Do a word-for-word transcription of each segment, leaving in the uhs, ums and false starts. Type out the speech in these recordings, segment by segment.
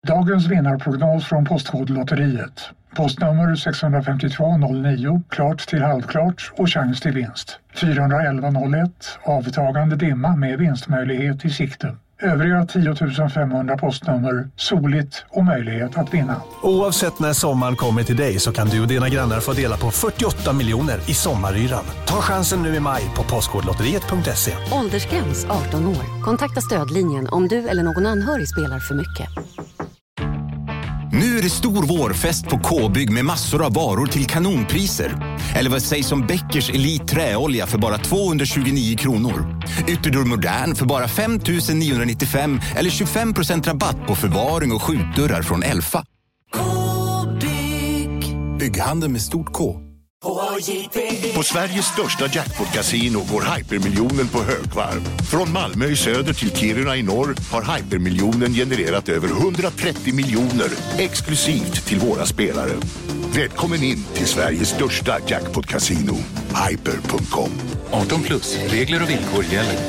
Dagens vinnarprognos från Postkodlotteriet. Postnummer sex fem två noll nio, klart till halvklart och chans till vinst. fyra ett ett noll ett, avtagande dimma med vinstmöjlighet i sikte. Övriga tio tusen femhundra postnummer, soligt och möjlighet att vinna. Oavsett när sommaren kommer till dig så kan du och dina grannar få dela på fyrtioåtta miljoner i sommaryran. Ta chansen nu i maj på postkodlotteriet punkt se. Åldersgräns arton år. Kontakta stödlinjen om du eller någon anhörig spelar för mycket. Nu är det stor vårfest på K-bygg med massor av varor till kanonpriser. Eller vad sägs om Bäckers Elite träolja för bara tvåhundratjugonio kronor. Ytterdörr Modern för bara fem tusen niohundranittiofem eller tjugofem procent rabatt på förvaring och skjutdörrar från Elfa. K-bygg. Bygghandel med stort K. På Sveriges största jackpot-casino går hypermiljonen på högvarv. Från Malmö i söder till Kiruna i norr har hypermiljonen genererat över hundratrettio miljoner exklusivt till våra spelare. Välkommen in till Sveriges största jackpot-casino, hyper punkt com. arton plus, regler och villkor gäller.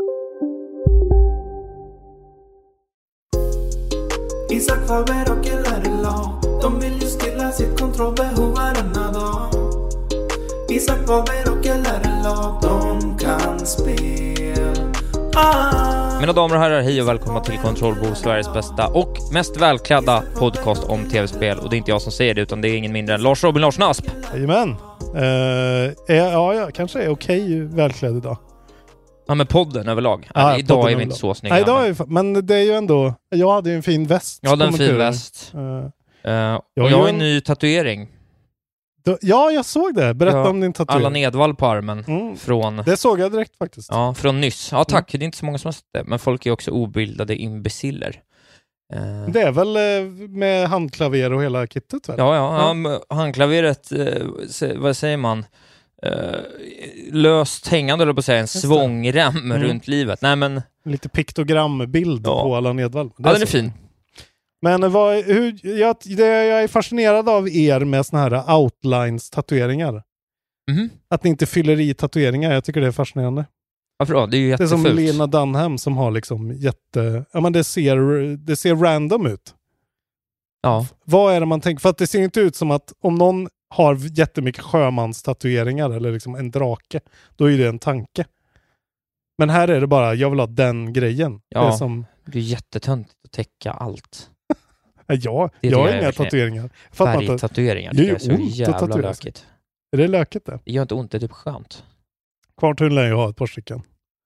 Isak Faber och L-R-L-A, de vill ju stilla sitt kontrollbehov varenda dag. Isak Faber och L-R-L-A, de kan spel. Ah. Mina damer och herrar, hej och välkomna till Kontrollbehov, Sveriges bästa och mest välklädda podcast om tv-spel. Och det är inte jag som säger det, utan det är ingen mindre än Lars Robin Larsson Asp. Jajamän. Uh, ja, jag kanske är okej välklädd idag. Ja, men podden överlag. Ja, alltså, idag podden är vi inte så snygga. Nej, idag är, men det är ju ändå... Jag hade ju en fin väst. Jag hade en fin väst. Uh, uh, och jag har en ny tatuering. Då, ja, jag såg det. Berätta ja, om din tatuering. Alla Nedvall på armen. Mm. Från... Det såg jag direkt faktiskt. Ja, från nyss. Ja, tack. Mm. Det är inte så många som har sett det. Men folk är också obildade imbeciller. Uh... Det är väl med handklaver och hela kittet, väl? Ja, ja. Mm. Handklaveret, eh, vad säger man? Uh, löst hängande, eller på att säga, en svångrem mm. runt livet. Nej, men... Lite piktogrambild ja. På alla Nedvall. Det ja, är den är fin. Men vad, hur, jag, det, jag är fascinerad av er med såna här outlines-tatueringar. Mm. Att ni inte fyller i tatueringar. Jag tycker det är fascinerande. Varför? Det är ju jättefult. Det är som Lena Dunham som har liksom jätte... Ja, men det ser, det ser random ut. Ja. Vad är det man tänker? För att det ser inte ut som att om någon har jättemycket sjömanstatueringar eller liksom en drake, då är det en tanke. Men här är det bara, jag vill ha den grejen. Ja, det är, som... det är jättetöntigt att täcka allt. Ja, jag har inga tatueringar. Färgtatueringar, det är så jävla lökigt. Är det lökigt det? Det gör inte ont, det är typ skönt. Kvartun lär ju ha ett par stycken.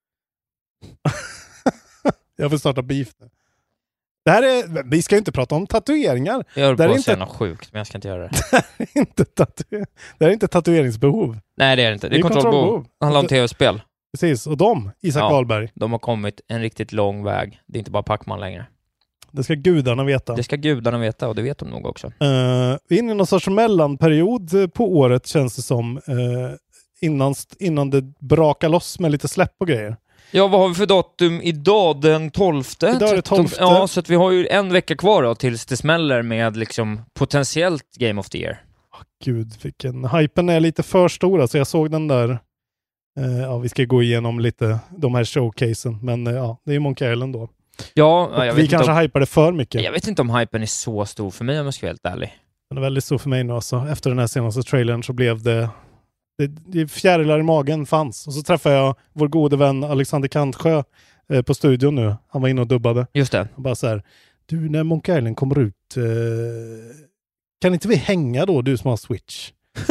Jag får starta beef nu. Det här är, vi ska ju inte prata om tatueringar. Jag håller på att inte, säga något sjukt, men jag ska inte göra det. Det är inte, tatu- det är inte tatueringsbehov. Nej, det är det inte. Det är, det är kontrollbehov. Det handlar om tv-spel. Precis, och de, Isak ja, Wahlberg. De har kommit en riktigt lång väg. Det är inte bara Pac-Man längre. Det ska gudarna veta. Det ska gudarna veta, och det vet de nog också. Uh, vi är inne i någon sorts mellanperiod på året, känns det som. Uh, innan, innan det brakar loss med lite släpp och grejer. Ja, vad har vi för datum idag? Den tolfte? Idag är det tolfte. Ja, så att vi har ju en vecka kvar då tills det smäller med liksom potentiellt Game of the Year. Oh, gud, vilken... Hypen är lite för stor. Så jag såg den där... Uh, ja, vi ska gå igenom lite de här showcasen. Men uh, ja, det är Monkey Island då. Ja, jag vet vi kanske om... hypade för mycket. Jag vet inte om hypen är så stor för mig, om jag ska vara helt ärlig. Den är väldigt stor för mig nu alltså. Efter den här senaste trailern så blev det... Det, det fjärilar i magen fanns. Och så träffade jag vår gode vän Alexander Kantsjö eh, på studion nu. Han var inne och dubbade. Just det. Han bara så här, du, när Monkey Island kommer ut, eh, kan inte vi hänga då, du som har Switch?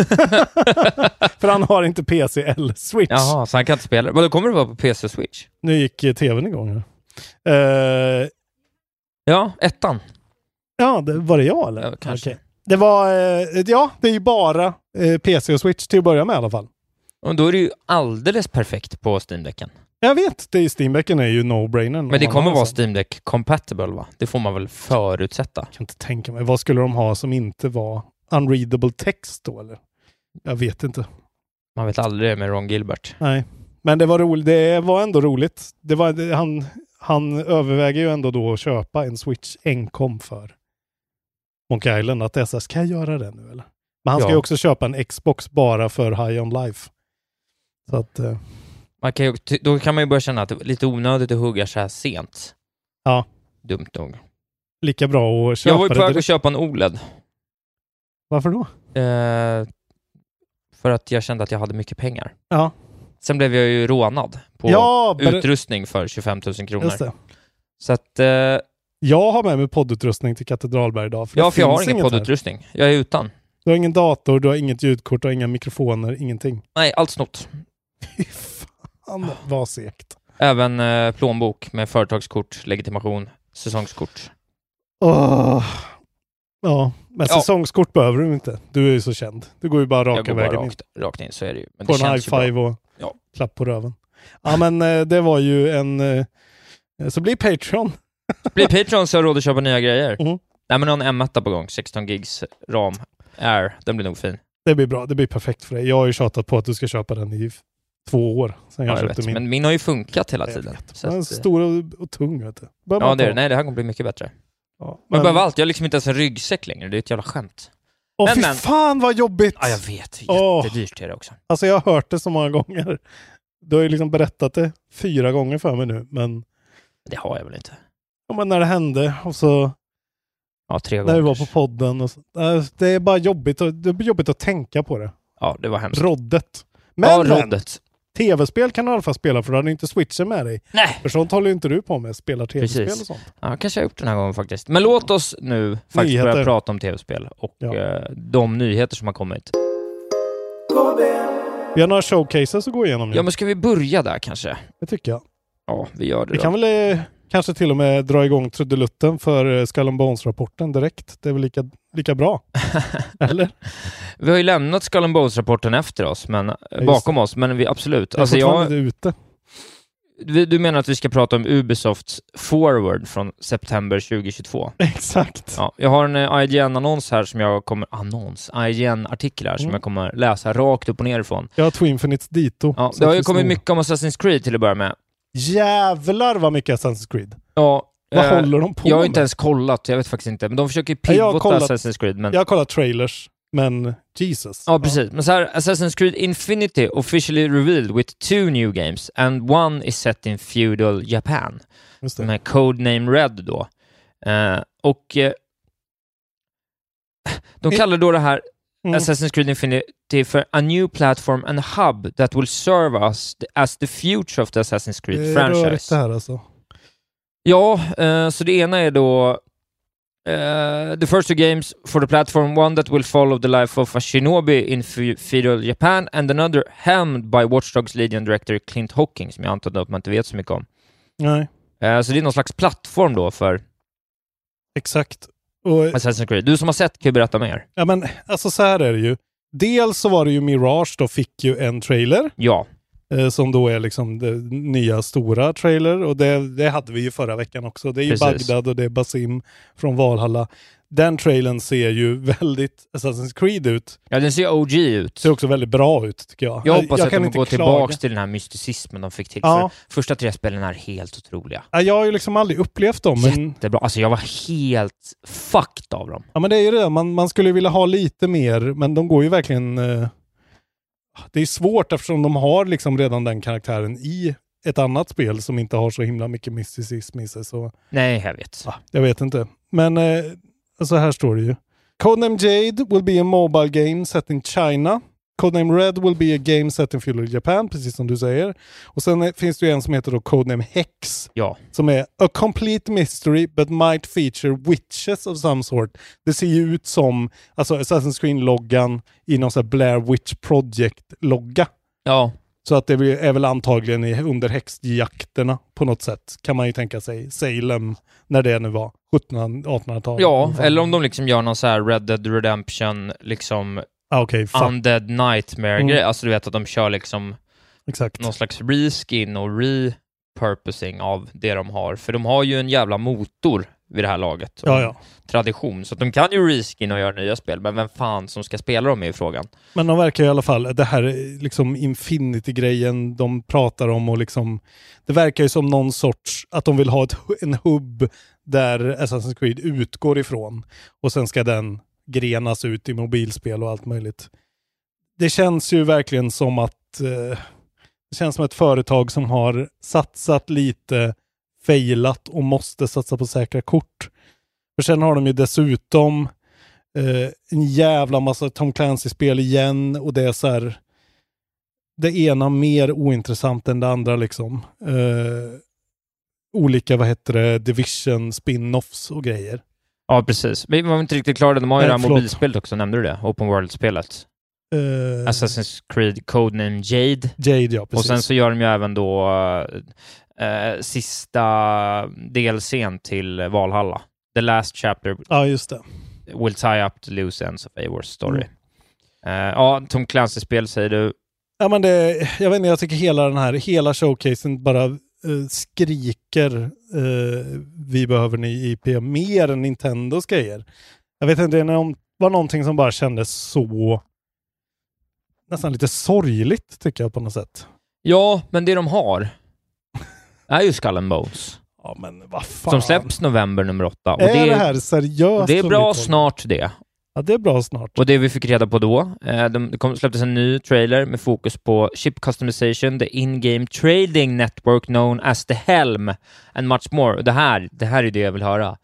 För han har inte P C eller Switch. Jaha, så han kan inte spela. Men då kommer det vara på P C och Switch. Nu gick eh, tvn igång. Ja, eh, ja ettan. Ja, det, var det jag eller? Ja, kanske. Okay. Det var, eh, ja, det är ju bara eh, P C och Switch till att börja med i alla fall. Och då är det ju alldeles perfekt på Steam-däcken. Jag vet, det i Steam-däcken är ju no-brainer. Men det kommer vara Steam-däck compatible, va? Det får man väl förutsätta. Jag kan inte tänka mig. Vad skulle de ha som inte var unreadable text då, eller? Jag vet inte. Man vet aldrig det med Ron Gilbert. Nej, men det var roligt. Det var ändå roligt. Det var, det, han, han överväger ju ändå då att köpa en Switch enkom för Monkey Island. Att det så här, ska jag göra det nu, eller? Men han ska ja. ju också köpa en Xbox bara för High on Life. Så att... Eh, Man kan ju, då kan man ju börja känna att det är lite onödigt att hugga så här sent. Ja. Dumt nog. lika bra att köpa Jag var ju på det väg att direkt. köpa en O L E D. Varför då? Eh, för att jag kände att jag hade mycket pengar. Ja. Sen blev jag ju rånad på Ja, ber- utrustning för tjugofem tusen kronor. Just det. Så att... Eh, Jag har med mig poddutrustning till Katedralberg idag. För ja, det för jag har finns ingen inget här. poddutrustning. Jag är utan. Du har ingen dator, du har inget ljudkort, du har inga mikrofoner, ingenting. Nej, allt snott. Fy fan, vad segt. Även eh, plånbok med företagskort, legitimation, säsongskort. Åh. Ja, men Ja. säsongskort behöver du inte. Du är ju så känd. Du går ju bara raka Jag går bara vägen rakt, rakt in, så är det ju. Men på det en high känns ju bra. five och Ja. klapp på röven. Ja, men eh, det var ju en... eh, Så blir Patreon. Blir Patreon så har jag råd att köpa nya grejer. Mm. Nej, men någon M ett på gång. sexton gigs ram. Air. Den blir nog fin. Det blir bra. Det blir perfekt för dig. Jag har ju tjatat på att du ska köpa den i f- två år sen jag Ja, jag köpte vet. min. Men min har ju funkat hela Jag tiden. vet. Så Den är att, stor och, och tung, vet du. Bör ja, man det är ta. det. Nej, det här kommer bli mycket bättre. Ja, Men men... jag behöver allt. Jag har liksom inte ens en ryggsäck längre. Det är ett jävla skämt. Åh, Men, fy men. fan vad jobbigt! Ja, jag vet. Åh. Jättedyrt är det också. Alltså jag har hört det så många gånger. Du har ju liksom berättat det fyra gånger för mig nu, men, Det har jag väl inte. ja, men när det hände och så Ja, tre gånger. när vi var på podden och så, äh, det är bara jobbigt, och, det är jobbigt att tänka på det. Ja, det var hemskt. Roddet. Men, Ja, men roddet. tv-spel kan du i alla fall spela, för du hade inte switchen med dig. Nej. För sånt håller ju inte du på med, spelar tv-spel Precis. och sånt. Ja, kanske jag har gjort den här gången faktiskt. Men låt oss nu faktiskt Nyheter. börja prata om tv-spel och Ja. eh, de nyheter som har kommit. Vi har några showcases att gå igenom nu. Ja, men ska vi börja där kanske? Det tycker jag. Ja, vi gör det Vi då. kan väl eh, kanske till och med dra igång trudelutten för eh, Skull and Bones-rapporten direkt. Det är väl lika, lika bra. Eller? Vi har ju lämnat Skull and Bones-rapporten efter oss, men just bakom oss, men vi absolut. Jag är Alltså fortfarande jag, inte ute. du, du menar att vi ska prata om Ubisofts Forward från september tjugohundratjugotvå? Exakt. Ja, jag har en eh, I G N-annons här som jag kommer... Annons? I G N-artikel här som Mm. jag kommer läsa rakt upp och ner ifrån. Jag har Twinfinites dito. Ja, Så det har att ju vi kommit snor. mycket om Assassin's Creed till att börja med. Jävlar vad mycket Assassin's Creed. Ja, Vad eh, håller de på jag har med? inte ens kollat, jag vet faktiskt inte. Men de försöker ju Nej, jag har pivota kollat- Assassin's Creed. Men... Jag har kollat trailers, men Jesus. Ja, precis. Men så här, Assassin's Creed Infinity officially revealed with two new games and one is set in feudal Japan. Just det. Med Codename Red då. Eh, och eh, de I- kallar då det här Mm. Assassin's Creed Infinity för a new platform and hub that will serve us as the future of the Assassin's Creed Det är rörigt franchise. det här alltså. Ja, eh, så det ena är då Uh, the first two games for the platform, one that will follow the life of a shinobi in fe- feudal Japan and another helmed by Watch Dogs Legion director Clint Hocking, som jag antar att man inte vet så mycket om. Nej, Uh, så det är någon slags plattform då för exakt. Och, Assassin's Creed. Du som har sett kan ju berätta mer. ja, men alltså så här är det ju. Dels så var det ju Mirage då fick ju en trailer. Ja. Eh, som då är liksom det nya stora trailer, och det, det hade vi ju förra veckan också. Det är ju Precis. Bagdad och det är Basim från Valhalla. Den trailern ser ju väldigt Assassin's Creed ut. Ja, den ser O G ut. Ser också väldigt bra ut tycker jag. Jag hoppas att kan de inte går klaga. tillbaka till den här mysticismen de fick till. Ja. För första tre spelen är helt otroliga. Ja, jag har ju liksom aldrig upplevt dem. Men, Jättebra. Alltså jag var helt fucked av dem. ja, men det är ju det. Man, man skulle ju vilja ha lite mer, men de går ju verkligen... Eh, det är svårt eftersom de har liksom redan den karaktären i ett annat spel som inte har så himla mycket mysticism i sig. Så, Nej, jag vet. ja, jag vet inte. Men eh, alltså här står det ju. Codename Jade will be a mobile game set in China. Codename Red will be a game set in feudal Japan, precis som du säger. Och sen är, finns det ju en som heter då Codename Hex. Ja. Som är a complete mystery but might feature witches of some sort. Det ser ju ut som alltså Assassin's Creed-loggan i någon sån här Blair Witch Project-logga. Ja. Så att det är väl antagligen i, under häxjakterna på något sätt. Kan man ju tänka sig. Salem, när det nu var. sjuttonhundra-artonhundratalet. Ja, eller om de liksom gör någon så här Red Dead Redemption, liksom ah, okay, Undead Nightmare-grej. Mm. Alltså du vet att de kör liksom Exakt. någon slags reskin och repurposing av det de har. För de har ju en jävla motor vid det här laget. Ja, ja. Tradition. Så att de kan ju reskin och göra nya spel, men vem fan som ska spela dem är ju frågan. Men de verkar i alla fall, det här liksom Infinity-grejen de pratar om, och liksom, det verkar ju som någon sorts, att de vill ha ett, en hubb där Assassin's Creed utgår ifrån, och sen ska den grenas ut i mobilspel och allt möjligt. Det känns ju verkligen som att eh, det känns som ett företag som har satsat lite, failat och måste satsa på säkra kort. För sen har de ju dessutom eh, en jävla massa Tom Clancy-spel igen och det är så här det ena mer ointressant än det andra liksom. Eh, olika, vad heter det, Division, spin-offs och grejer. Ja, precis. Men vi var inte riktigt klara. De har ju Nej, det här mobilspelet också, nämnde du det? Open World-spelet. Uh, Assassin's Creed Codename Jade. Jade, ja, precis. Och sen så gör de ju även då uh, sista delscen till Valhalla. The Last Chapter. Ja, just det. Will tie up the loose ends of Eivors story. Mm. Uh, ja, Tom Clancy-spel säger du. Ja, men det, jag vet inte, jag tycker hela den här, hela showcasen bara uh, skriker uh, vi behöver ny I P mer än Nintendos grejer. Jag vet inte, det var någonting som bara kändes så nästan lite sorgligt tycker jag på något sätt. Ja, men det de har är ju Skull and Bones. Ja, men vad fan. Som släpps november nummer åtta. Och är det, det här seriöst? Och det är bra snart det. Ja, det är bra snart. Och det vi fick reda på då, eh, de, det kom, släpptes en ny trailer med fokus på chip customization, the in-game trading network known as the Helm and much more. Och det här, det här är det jag vill höra.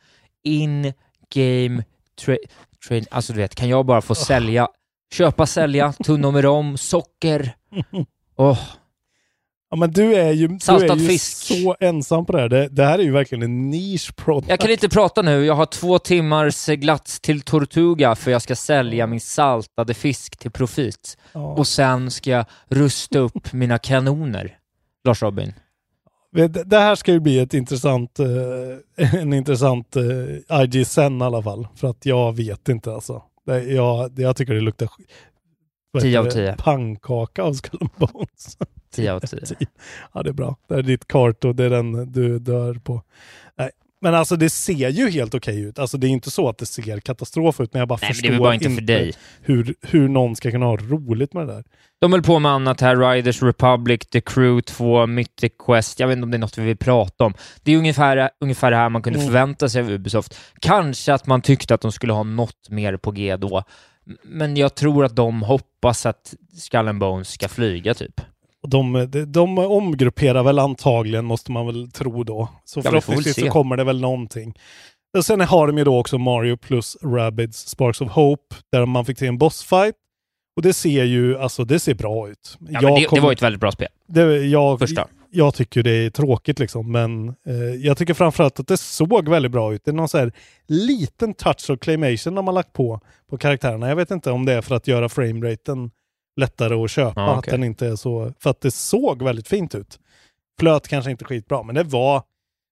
In-game tra- trade, alltså du vet, kan jag bara få sälja, köpa, sälja, tunna med rom, socker. Åh. Oh. Ja, men du är ju, du är ju fisk. så ensam på det här. Det, det här är ju verkligen en niche product. Jag kan inte prata nu. Jag har två timmars glats till Tortuga för jag ska sälja min saltade fisk till profit. Ja. Och sen ska jag rusta upp mina kanoner. Lars Robin. Det, det här ska ju bli ett intressant uh, en intressant uh, I G sen i alla fall. För att jag vet inte alltså. Det, jag, det, jag tycker det luktar tio av tio. Pannkaka av Skull and Bones. tio av tio. Ja, det är bra. Det är ditt kart och det är den du dör på. Nej. Men alltså det ser ju helt okej ut. Alltså det är inte så att det ser katastrof ut, men jag bara Nej, förstår men det var inte inte för dig. Hur, hur någon ska kunna ha roligt med det där. De höll på med annat här, Riders Republic, The Crew två, Mythic Quest. Jag vet inte om det är något vi vill prata om. Det är ungefär, ungefär det här man kunde mm. förvänta sig av Ubisoft. Kanske att man tyckte att de skulle ha något mer på G då. Men jag tror att de hoppas att Skull and Bones ska flyga typ. De, de, de omgrupperar väl antagligen, måste man väl tro då. Så ja, förhoppningsvis så kommer det väl någonting. Och sen har de ju då också Mario plus Rabbids Sparks of Hope, där man fick till en bossfight. Och det ser ju, alltså det ser bra ut. Ja, men det, kom, det var ett väldigt bra spel. Det, jag, Första. jag tycker det är tråkigt liksom, men eh, jag tycker framförallt att det såg väldigt bra ut. Det är någon så här liten touch of claymation de har lagt på på karaktärerna. Jag vet inte om det är för att göra frameraten lättare att köpa, ah, okay. Att den inte är så, för att det såg väldigt fint ut. Flöt kanske inte skitbra, men det var,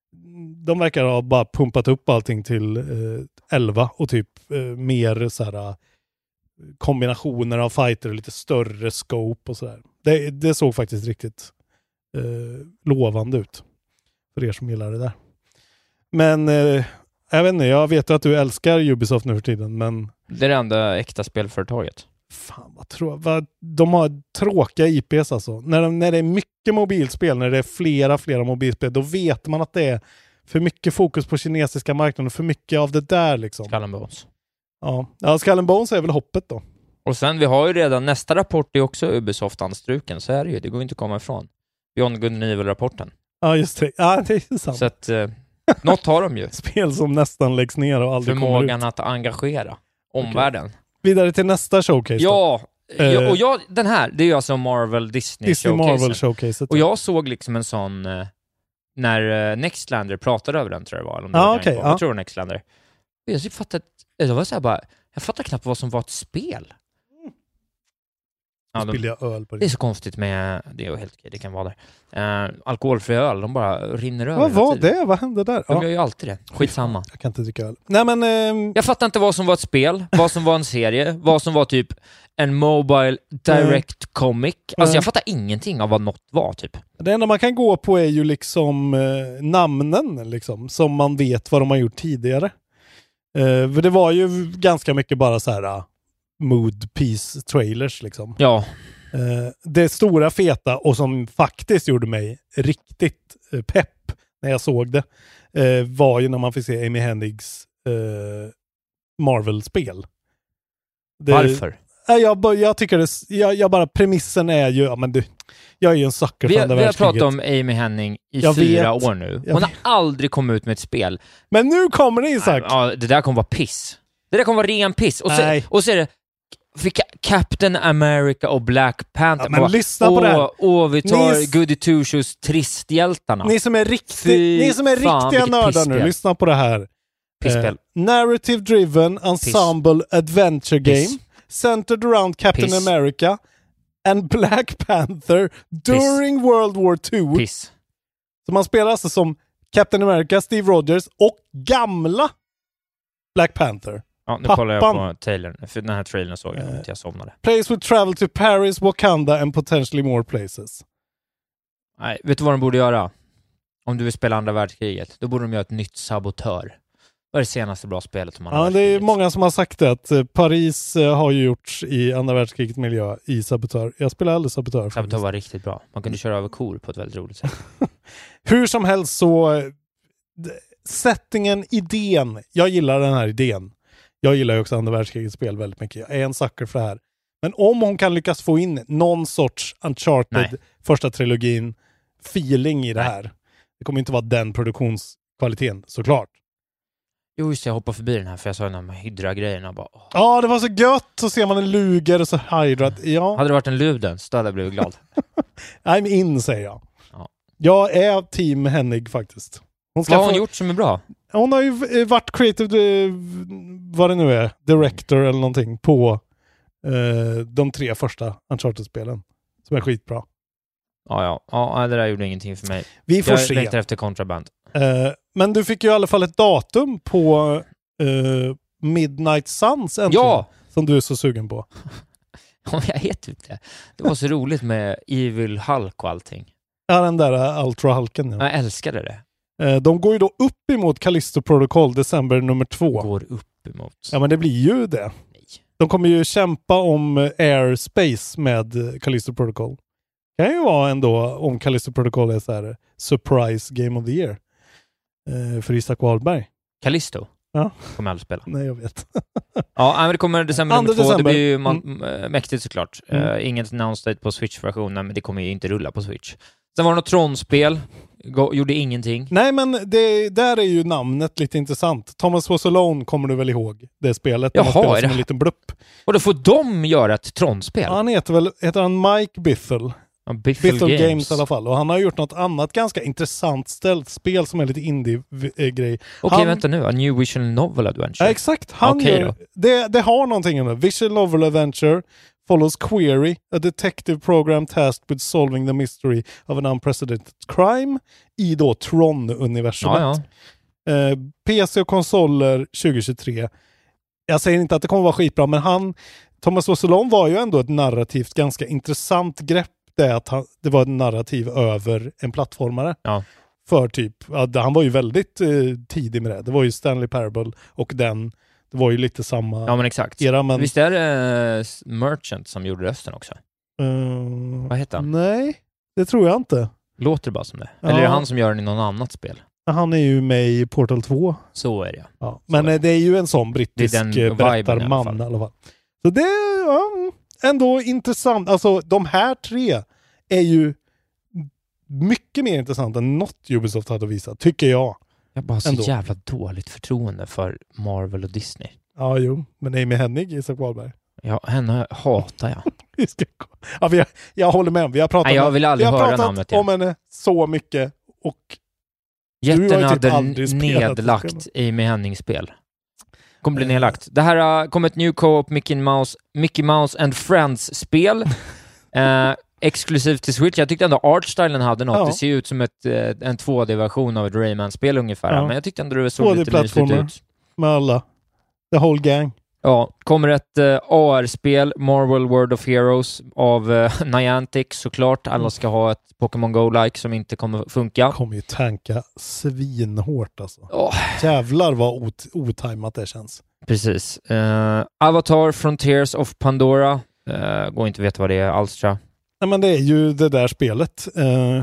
de verkar ha bara pumpat upp allting till eh, elva och typ eh, mer så här kombinationer av fighter och lite större scope och sådär. Det, det såg faktiskt riktigt eh, lovande ut för er som gillar det där. Men eh, jag vet inte, jag vet att du älskar Ubisoft nu för tiden, men det är det enda äkta spelföretaget. Fan, vad tror vad, de har tråkiga I P:s alltså. När, de, när det är mycket mobilspel, när det är flera, flera mobilspel, då vet man att det är för mycket fokus på kinesiska marknaden, för mycket av det där liksom. Skull and Bones. Ja, ja Skull and Bones är väl hoppet då. Och sen, vi har ju redan, nästa rapport är också Ubisoft-anstruken, så är det ju, det går inte att komma ifrån. Beyond Good and Evil-rapporten. Ja, just det. Ja, det är sant. Så att, eh, något har de ju. Spel som nästan läggs ner och aldrig kommer ut. Förmågan att engagera omvärlden. Okay. Vidare till nästa showcase ja, då. Ja, och jag, den här, det är ju alltså Marvel Disney, Disney Marvel showcase. Och jag såg liksom en sån, eh, när eh, Nextlander pratade över den, tror jag det var. Eller ah, okay, jag ah. tror Nextlander. Och jag fattade, det var så här bara, jag fattar knappt vad som var ett spel. Ja, de, jag öl på det. det är så konstigt med, det är ju helt okej, det kan vara där. Uh, alkoholfri öl, de bara rinner över. Vad var det? Vad hände där? De ja. gör ju alltid det. Skitsamma. Jag kan inte dricka öl. Nej, men, um... Jag fattar inte vad som var ett spel, vad som var en serie, vad som var typ en mobile direct mm. comic. Alltså mm. jag fattar ingenting av vad något var typ. Det enda man kan gå på är ju liksom eh, namnen liksom, som man vet vad de har gjort tidigare. Eh, för det var ju ganska mycket bara så här mood piece trailers liksom. Ja. Eh, det stora feta och som faktiskt gjorde mig riktigt eh, pepp när jag såg det eh, var ju när man fick se Amy Hennigs eh, Marvel-spel. Det, Varför? Eh, jag, jag tycker det, jag, jag bara, premissen är ju, ja men du, Jag är ju en sucker vi, för andra vi har världskriget. pratat om Amy Henning i Jag fyra vet. år nu. Jag Hon vet. har aldrig kommit ut med ett spel. Men nu kommer det, Isak! Ja, det där kommer vara piss. Det där kommer vara ren piss. Och så, Nej. och så är det vilka Captain America och Black Panther. Ja, men bara, lyssna på åh, det här. Åh, vi tar Ni- Goody Two-Shoes tristhjältarna. Ni som är, riktig, Fy ni som är fan, riktiga vilket nördar nu, pisspel. lyssna på det här. Pisspel. Eh, narrative driven ensemble adventure game Piss. centered around Captain Piss. America and Black Panther during World War Two. Piss. Så man spelar alltså som Captain America, Steve Rogers och gamla Black Panther. Ja, nu Pappan. kollar jag på trailern. För den här trailern såg jag inte, jag somnade. Players will travel to Paris, Wakanda and potentially more places. Nej, vet du vad de borde göra? Om du vill spela andra världskriget, då borde de göra ett nytt Sabotör. Vad är det senaste bra spelet som man Ja, det är många som har sagt det, att eh, Paris eh, har ju gjorts i andra världskrigets miljö i Sabotör. Jag spelar aldrig Sabotör. Sabotör var riktigt bra. Man kunde köra över kor på ett väldigt roligt sätt. Hur som helst så eh, d- settingen, idén. Jag gillar den här idén. Jag gillar ju också andra världskrigets spel väldigt mycket. Jag är en sucker för det här. Men om hon kan lyckas få in någon sorts Uncharted, Nej. första trilogin, feeling i det Nej. här. Det kommer inte vara den produktionskvaliteten, såklart. Jo, just det, jag hoppar förbi den här för jag såg den här Hydra-grejerna. Bara, åh. Ja, det var så gött. Så ser man en luger och så Hydra. Ja, Hade det varit en Ludens, då hade jag blivit glad. I'm in, säger jag. Ja. Jag är team Hennig faktiskt. Hon ska Vad har hon få- gjort som är bra? Hon har ju eh, varit creative, eh, vad det nu är, director eller någonting på eh, de tre första Uncharted-spelen. Som är skitbra. Ja, ja. Ja, det där gjorde ingenting för mig. Vi får jag se. längtar efter Contraband. Eh, men du fick ju i alla fall ett datum på eh, Midnight Suns äntligen. Ja! Som du är så sugen på. Ja, jag vet inte. Det var så roligt med Evil Hulk och allting. Ja, den där uh, Ultra-Hulken. Ja. Jag älskade det. Eh, de går ju då upp emot Callisto Protocol december nummer två. Går upp emot. Ja, men det blir ju det. Nej. De kommer ju kämpa om eh, airspace med eh, Callisto Protocol. Det kan ju vara ändå om Callisto Protocol är så här surprise game of the year. Eh, för Isak Wahlberg. Callisto? Ja. Kommer aldrig spela. Nej, jag vet. Ja, men det kommer december Andra nummer två. december. Det blir ju man- Mm. m- mäktigt såklart. Mm. Uh, inget announced date på Switch-versionen, men det kommer ju inte rulla på Switch. Sen var det något Tron-spel. Go- gjorde ingenting. Nej, men det, där är ju namnet lite intressant. Thomas Was Alone kommer du väl ihåg? Det spelet. Jaha, man spelar är som det- en liten blupp. Och då får de göra ett Tron-spel? Ja, han heter väl heter han Mike Bithell. Ja, Biffle, Bithell Games. Games. i alla fall. Och han har gjort något annat ganska intressant ställt spel som är lite indie-grej. Okej, Han- vänta nu. A New Visual Novel Adventure. Ja, exakt. Han Okej gör, då. det, det har någonting i det. Visual Novel Adventure follows Query, a detective program tasked with solving the mystery of an unprecedented crime i då Tron-universumet. Ja, ja. Eh, P C och konsoler tjugohundratjugotre. Jag säger inte att det kommer vara skitbra, men han, Thomas Was Alone var ju ändå ett narrativt ganska intressant grepp. Det att han, det var ett narrativ över en plattformare. Ja. För typ, ja, det- han var ju väldigt eh, tidig med det. Det var ju Stanley Parable och den, det var ju lite samma Ja, men exakt. era. Men, Visst är det eh, Merchant som gjorde rösten också? eh, Vad heter han? Nej, det tror jag inte. Låter det bara som det? Ja. Eller är det han som gör den i något annat spel? Han är ju med i Portal två. Så är det. Ja. Men eh, det är ju en sån brittisk Det är den eh, viben i alla berättarman fall. i alla fall. Så det är ja, ändå intressant. Alltså de här tre är ju mycket mer intressant än något Ubisoft hade visat, tycker jag. Jag har bara så Ändå. jävla dåligt förtroende för Marvel och Disney. Ja, jo. Men Amy Hennig, Isak Wahlberg. Ja, henne hatar jag. Vi ska gå- ja, vi har, jag håller med. Vi har pratat, Nej, jag om- vill aldrig vi har höra pratat namnet igen. om henne så mycket. Och Du har ju Jätten typ hade aldrig spelat nedlagt Amy Henning-spel. Kommer bli Eh. nedlagt. Det här uh, kommer ett new co-op Mickey Mouse, Mickey Mouse and Friends-spel. uh, exklusivt till Switch. Jag tyckte ändå artstylen hade något. Ja. Det ser ut som ett, eh, en två D-version av ett Rayman-spel ungefär. Ja. Men jag tyckte ändå det såg lite mysigt två D-plattformar. ut. med alla. The whole gang. Ja, kommer ett uh, A R-spel, Marvel World of Heroes av uh, Niantic såklart. Alla ska ha ett Pokémon Go-like som inte kommer funka. Kommer ju tanka svinhårt alltså. Åh. Jävlar vad ot- otajmat det känns. Precis. Uh, Avatar Frontiers of Pandora. Uh, går inte att veta vad det är alls, tror jag. Nej, men det är ju det där spelet. Uh,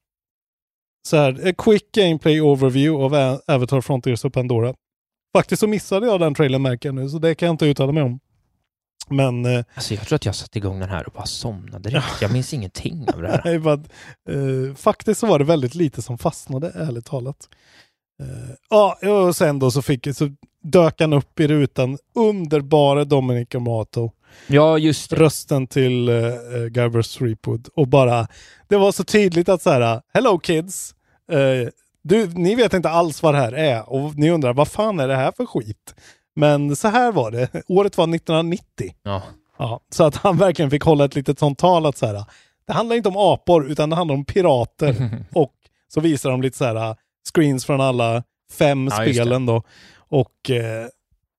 så här, a quick gameplay overview of A- Avatar Frontiers of Pandora. Faktiskt så missade jag den trailern, märker jag nu, så det kan jag inte uttala mig om. Men, eh, alltså jag tror att jag satt igång den här och bara somnade direkt. Jag minns ingenting av det här. nej, but, eh, faktiskt så var det väldigt lite som fastnade, ärligt talat. Eh, ja, och sen då så, fick, så dök han upp i rutan, underbara Dominic Amato. Ja, just det. Rösten till uh, Guybrush Threepwood. Och bara, det var så tydligt att så här, hello kids, uh, du, ni vet inte alls vad det här är. Och ni undrar, vad fan är det här för skit? Men så här var det. Året var nittonhundranittio. Ja. Ja, så att han verkligen fick hålla ett litet sånt tal att så här, det handlar inte om apor utan det handlar om pirater. Och så visar de lite så här screens från alla fem ja, spelen då. Och eh,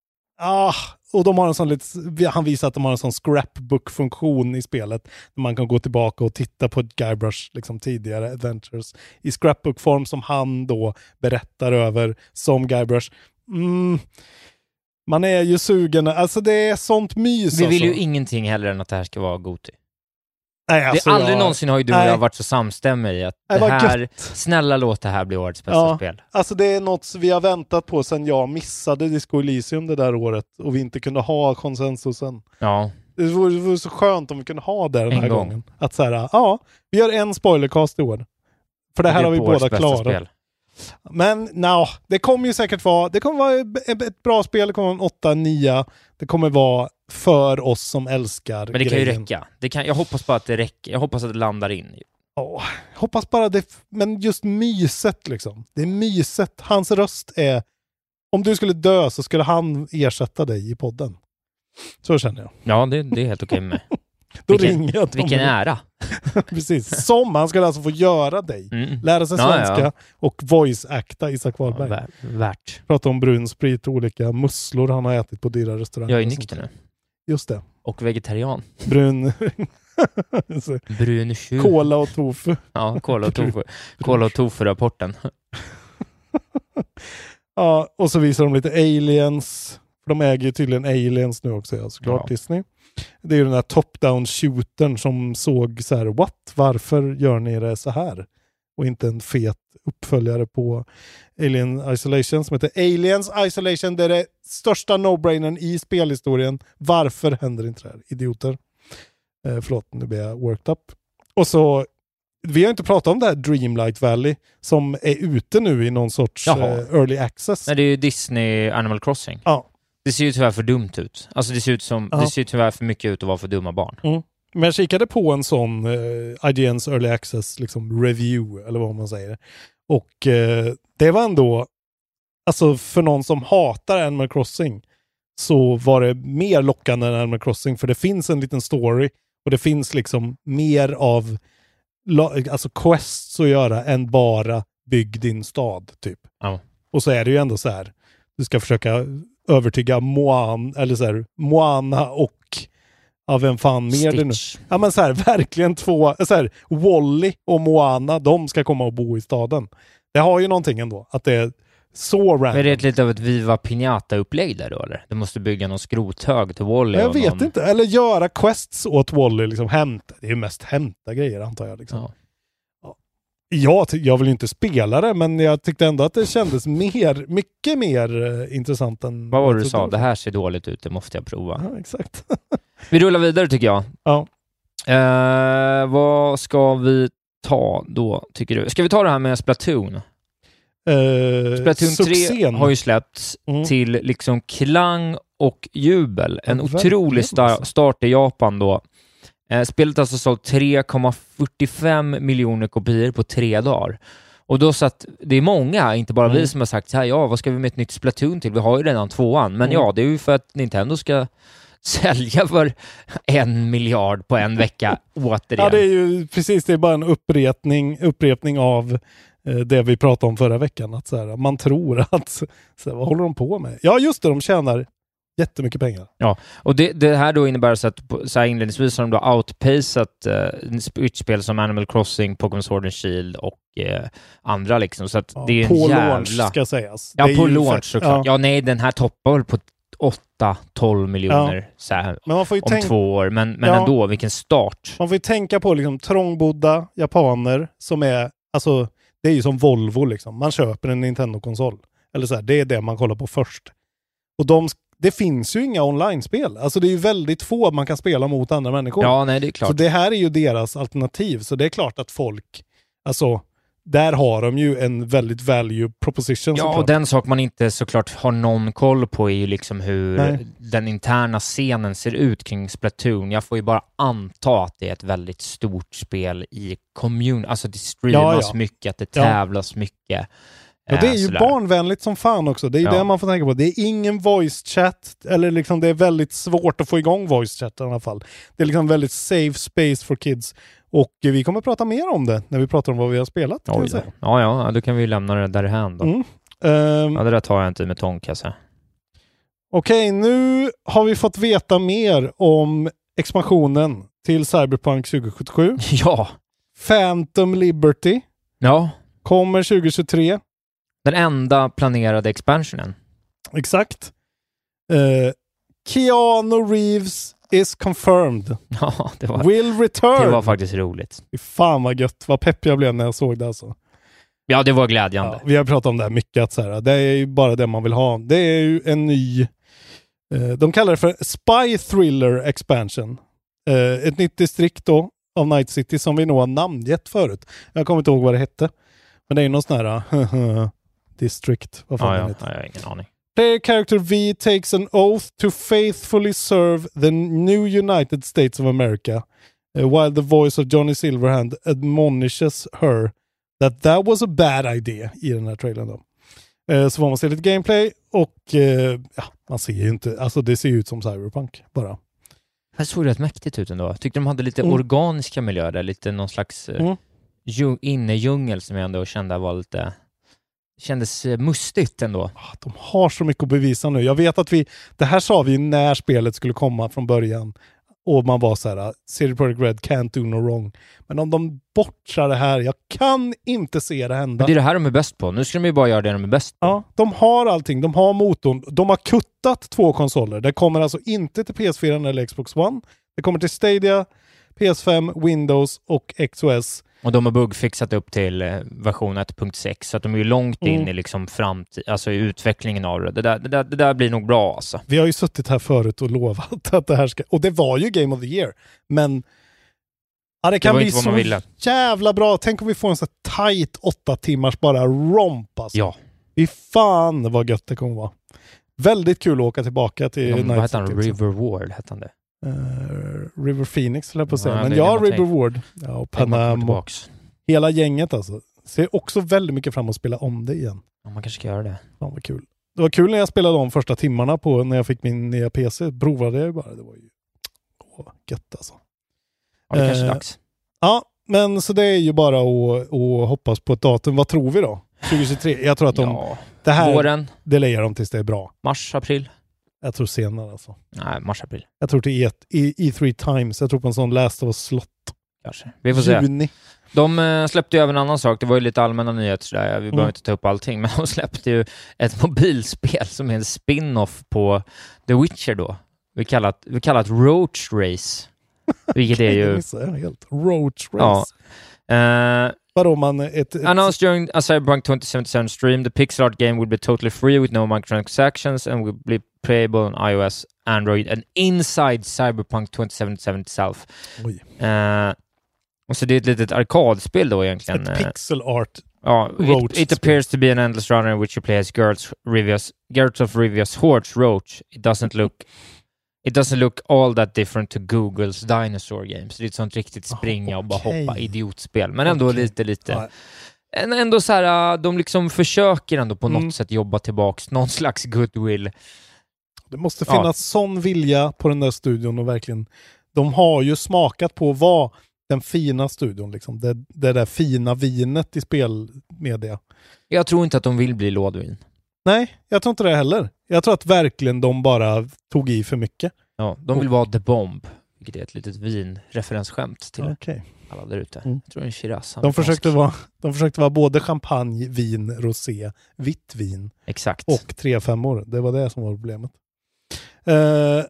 ah, och de har en sån lite, han visar att de har en sån scrapbook-funktion i spelet där man kan gå tillbaka och titta på Guybrush liksom tidigare adventures i scrapbook-form som han då berättar över som Guybrush. Mm, man är ju sugen, alltså det är sånt mys. Vi vill alltså. ju ingenting heller än att det här ska vara Goti. Nej, alltså, det är aldrig jag... någonsin har ju du och jag varit så samstämmiga i att Nej, det här, gött. snälla låt det här bli årets bästa ja, spel. Alltså det är något vi har väntat på sedan jag missade Disco Elysium det där året och vi inte kunde ha konsensusen. Ja. Det vore, det vore så skönt om vi kunde ha det den en här gång. gången. Att så här, ja, vi gör en spoilercast i år. För det här det har vi båda klarat. Spel. Men no, det kommer ju säkert vara, det kommer vara ett, ett bra spel, det kommer vara en åtta nio. Det kommer vara för oss som älskar Men det grejen. kan ju räcka. Det kan, jag hoppas bara att det räcker. Jag hoppas att det landar in. Oh, hoppas bara det, men just myset liksom. Det är myset. Hans röst är, om du skulle dö så skulle han ersätta dig i podden. Så känner jag. Ja, det, det är helt okej med mig. Då vilken, ringer jag till Vilken ära. Precis. Som han skulle alltså få göra dig. Mm. Lära sig Ja, svenska ja. och voice-acta Isak Wahlberg. Ja, värt. Prata om brun sprit och olika musslor han har ätit på dyra restauranger. Jag är nykter nu. Just det. Och vegetarian. Brun... Brun tjuv. Kola och tofu. Ja, kola och tofu. Kola och tofu-rapporten. Ja, och så visar de lite aliens. För de äger ju tydligen aliens nu också, ja, såklart Ja. Disney. Det är ju den här top-down shootern som såg så här, what? Varför gör ni det så här? Och inte en fet uppföljare på Alien Isolation som heter Aliens Isolation. Det är det största no-brainern i spelhistorien. Varför händer inte det här? Idioter. Eh, förlåt, nu blir jag worked up. Och så, vi har inte pratat om det här Dreamlight Valley som är ute nu i någon sorts eh, early access. Nej, det är ju Disney Animal Crossing. Ja. Det ser ju tyvärr för dumt ut. Alltså det ser ut som, Ja. det ser ju tyvärr för mycket ut att vara för dumma barn. Mm. Men jag kikade på en sån eh, I G N's Early Access liksom review, eller vad man säger. Och eh, det var ändå, alltså för någon som hatar Animal Crossing så var det mer lockande än Animal Crossing, för det finns en liten story och det finns liksom mer av alltså quests att göra än bara bygg din stad typ. Ja. Och så är det ju ändå så här, du ska försöka övertyga Moan, eller så här, Moana och av vem fan mer det nu. Ja, men så här, verkligen två, så här, Wall-E och Moana, de ska komma och bo i staden. Det har ju någonting ändå, att det är så random. Men är det lite av ett Viva Pinata-upplägg där då, eller? Du måste bygga någon skrothög till Wall-E. Jag och vet någon... inte, eller göra quests åt Wall-E, liksom hämta. Det är ju mest hämta grejer, antar jag. Liksom. Ja. Ja, jag vill ju inte spela det, men jag tyckte ändå att det kändes mer, mycket mer uh, intressant än... Vad var det du sa? Det här ser dåligt ut, det måste jag prova. Ja, exakt. Vi rullar vidare tycker jag. Ja. Eh, vad ska vi ta då, tycker du? Ska vi ta det här med Splatoon? Uh, Splatoon succén. tre har ju släppts mm. till liksom klang och jubel. En Ja, otrolig sta- start i Japan då. Eh, spelet har alltså sålt tre komma fyrtiofem miljoner kopior på tre dagar. Och då satt, det är många, inte bara mm. vi, som har sagt så här, ja, vad ska vi med ett nytt Splatoon till? Vi har ju redan tvåan. Men mm. ja, det är ju för att Nintendo ska sälja för en miljard på en vecka återigen. Ja, det är ju precis, det är bara en upprepning, upprepning av eh, det vi pratade om förra veckan. Att så här, man tror att, så här, vad håller de på med? Ja, just det, de tjänar jättemycket pengar. Ja, och det, det här då innebär så att så här inledningsvis har de då outpacat uh, Switch-spel som Animal Crossing, Pokémon Sword and Shield och uh, andra liksom. Så att Ja, det är en på jävla... launch ska sägas. Ja, det är på ju launch fett. såklart. Ja. ja, nej, den här toppar väl på åtta tolv miljoner Ja. så här, Men man får ju om tänk... två år. Men, men Ja. ändå, vilken start. Man får ju tänka på liksom trångbodda japaner som är, alltså det är ju som Volvo liksom. Man köper en Nintendo-konsol. Eller så här, det är det man kollar på först. Och de, det finns ju inga online-spel. Alltså det är ju väldigt få man kan spela mot andra människor. Ja, nej, det är klart. Så det här är ju deras alternativ. Så det är klart att folk, alltså där har de ju en väldigt value proposition. Ja, såklart. och den sak man inte såklart har någon koll på är ju liksom hur Nej. den interna scenen ser ut kring Splatoon. Jag får ju bara anta att det är ett väldigt stort spel i community. Alltså det streamas ja, ja. mycket, att det Ja. tävlas mycket. Och det är ju sådär. barnvänligt som fan också. Det är ju Ja. det man får tänka på. Det är ingen voice chat, eller liksom det är väldigt svårt att få igång voice chat i alla fall. Det är liksom väldigt safe space for kids. Och vi kommer att prata mer om det när vi pratar om vad vi har spelat. Kan Oj, jag säga. ja, ja, då kan vi lämna det därhän då. Mm. Um, Ja, det där tar jag inte med tång, kan jag säga. Okej, nu har vi fått veta mer om expansionen till Cyberpunk tjugo sjuttiosju. Ja. Phantom Liberty Ja. kommer tjugo tjugotre. Den enda planerade expansionen. Exakt. Uh, Keanu Reeves is confirmed. Ja, det var, Will return. det var faktiskt roligt. Fan vad gött. Vad pepp jag blev när jag såg det alltså. Ja, det var glädjande. Ja, vi har pratat om det här mycket. Att så här, det är ju bara det man vill ha. Det är ju en ny... Eh, de kallar det för Spy Thriller Expansion. Eh, ett nytt distrikt då av Night City som vi nog har namngett förut. Jag kommer inte ihåg vad det hette. Men det är ju någon sån här district. Vad fan Ja, det ja, heter. ja, jag har ingen aning. Player character V takes an oath to faithfully serve the new United States of America uh, while the voice of Johnny Silverhand admonishes her that that was a bad idea i den här trailern då. Uh, så får man se lite gameplay och uh, ja, man ser ju inte, alltså det ser ut som Cyberpunk bara. Det såg rätt mäktigt ut ändå. Jag tyckte de hade lite Mm. organiska miljöer där, lite någon slags uh, Mm. ju- innedjungel som jag ändå kände var lite... kändes uh, mustigt ändå. De har så mycket att bevisa nu. Jag vet att vi, det här sa vi när spelet skulle komma från början. Och man var så här, C D Projekt Red can't do no wrong. Men om de bortrar det här, jag kan inte se det hända. Men det är det här de är bäst på. Nu ska de ju bara göra det de är bäst på. Ja, de har allting. De har motorn. De har kuttat två konsoler. Det kommer alltså inte till P S fyra eller Xbox One. Det kommer till Stadia, P S fem, Windows och X O S. Och de har bugfixat upp till eh, version ett punkt sex, så att de är ju långt in Mm. i liksom framtid, alltså i utvecklingen av det. Det där, det, där, det där blir nog bra alltså. Vi har ju suttit här förut och lovat att det här ska... Och det var ju Game of the Year. Men ja, det kan var bli inte vad så man ville. jävla bra. Tänk om vi får en så här tight åtta timmars bara romp alltså. Ja. Fy fan vad gött det kommer vara. Väldigt kul att åka tillbaka till De, vad Night hette han? City. River Ward hette han det. Uh, River Phoenix eller på att säga. Ja, Men det ja, är det River man Ward. Ja, och Tänk man kommer Panam och tillbaks. hela gänget alltså. Ser också väldigt mycket fram att spela om det igen. Ja, man kanske ska göra det. Fan vad kul. Det var kul när jag spelade de första timmarna på när jag fick min nya P C. Provade jag bara. Det var ju åh, gött alltså. Ja, det kanske är Eh, dags. Ja, men så det är ju bara att, att hoppas på ett datum. Vad tror vi då? tjugo tjugotre? Jag tror att de... Ja. Det här Våren, delayar de tills det är bra. mars, april. Jag tror senare alltså. Nej, mars, april. Jag tror till E, E, E tre Times. Jag tror på en sån Last of Us slott. Kanske. Vi får se. Juni. De eh, släppte ju även en annan sak. Det var ju lite allmänna nyheter där. Vi behöver Mm. inte ta upp allting. Men de släppte ju ett mobilspel som är en spin-off på The Witcher då. Vi kallar det, vi kallar det Roach Race. Vilket är Det ju... missade jag helt. Roach Ja. Race. Eh, Vadå man... Ett, ett, announced during a Cyberpunk twenty seventy-seven stream, the pixel art game will be totally free with no microtransactions and will be playable on iOS, Android and inside Cyberpunk twenty seventy-seven itself. Oj. Eh, och så det är ett litet arkadspel då egentligen. Ett pixel art. Ja, Roach it, it appears to be an endless runner in which you play as Geralt, Rivia's, Geralt of Rivia's horse Roach. It doesn't look it doesn't look all that different to Googles Dinosaur Games. Det är ett sånt riktigt springa och bara okej. hoppa idiotspel. Men ändå Okej. lite, lite. Ja. En- Ändå så här, uh, de liksom försöker ändå på Mm. något sätt jobba tillbaks någon slags goodwill. Det måste Ja. finnas sån vilja på den där studion och verkligen... De har ju smakat på vad den fina studion, liksom. Det, det där fina vinet i spelmedia. Jag tror inte att de vill bli lådvin. Nej, jag tror inte det heller. Jag tror att verkligen de bara tog i för mycket. Ja, de vill vara The Bomb, vilket är ett litet vin-referensskämt till Okej. alla där ute. Mm. Jag tror det är en Shiraz. De försökte vara, de försökte vara både champagne, vin, rosé, vitt vin Exakt. och tre femmor. Det var det som var problemet. Uh,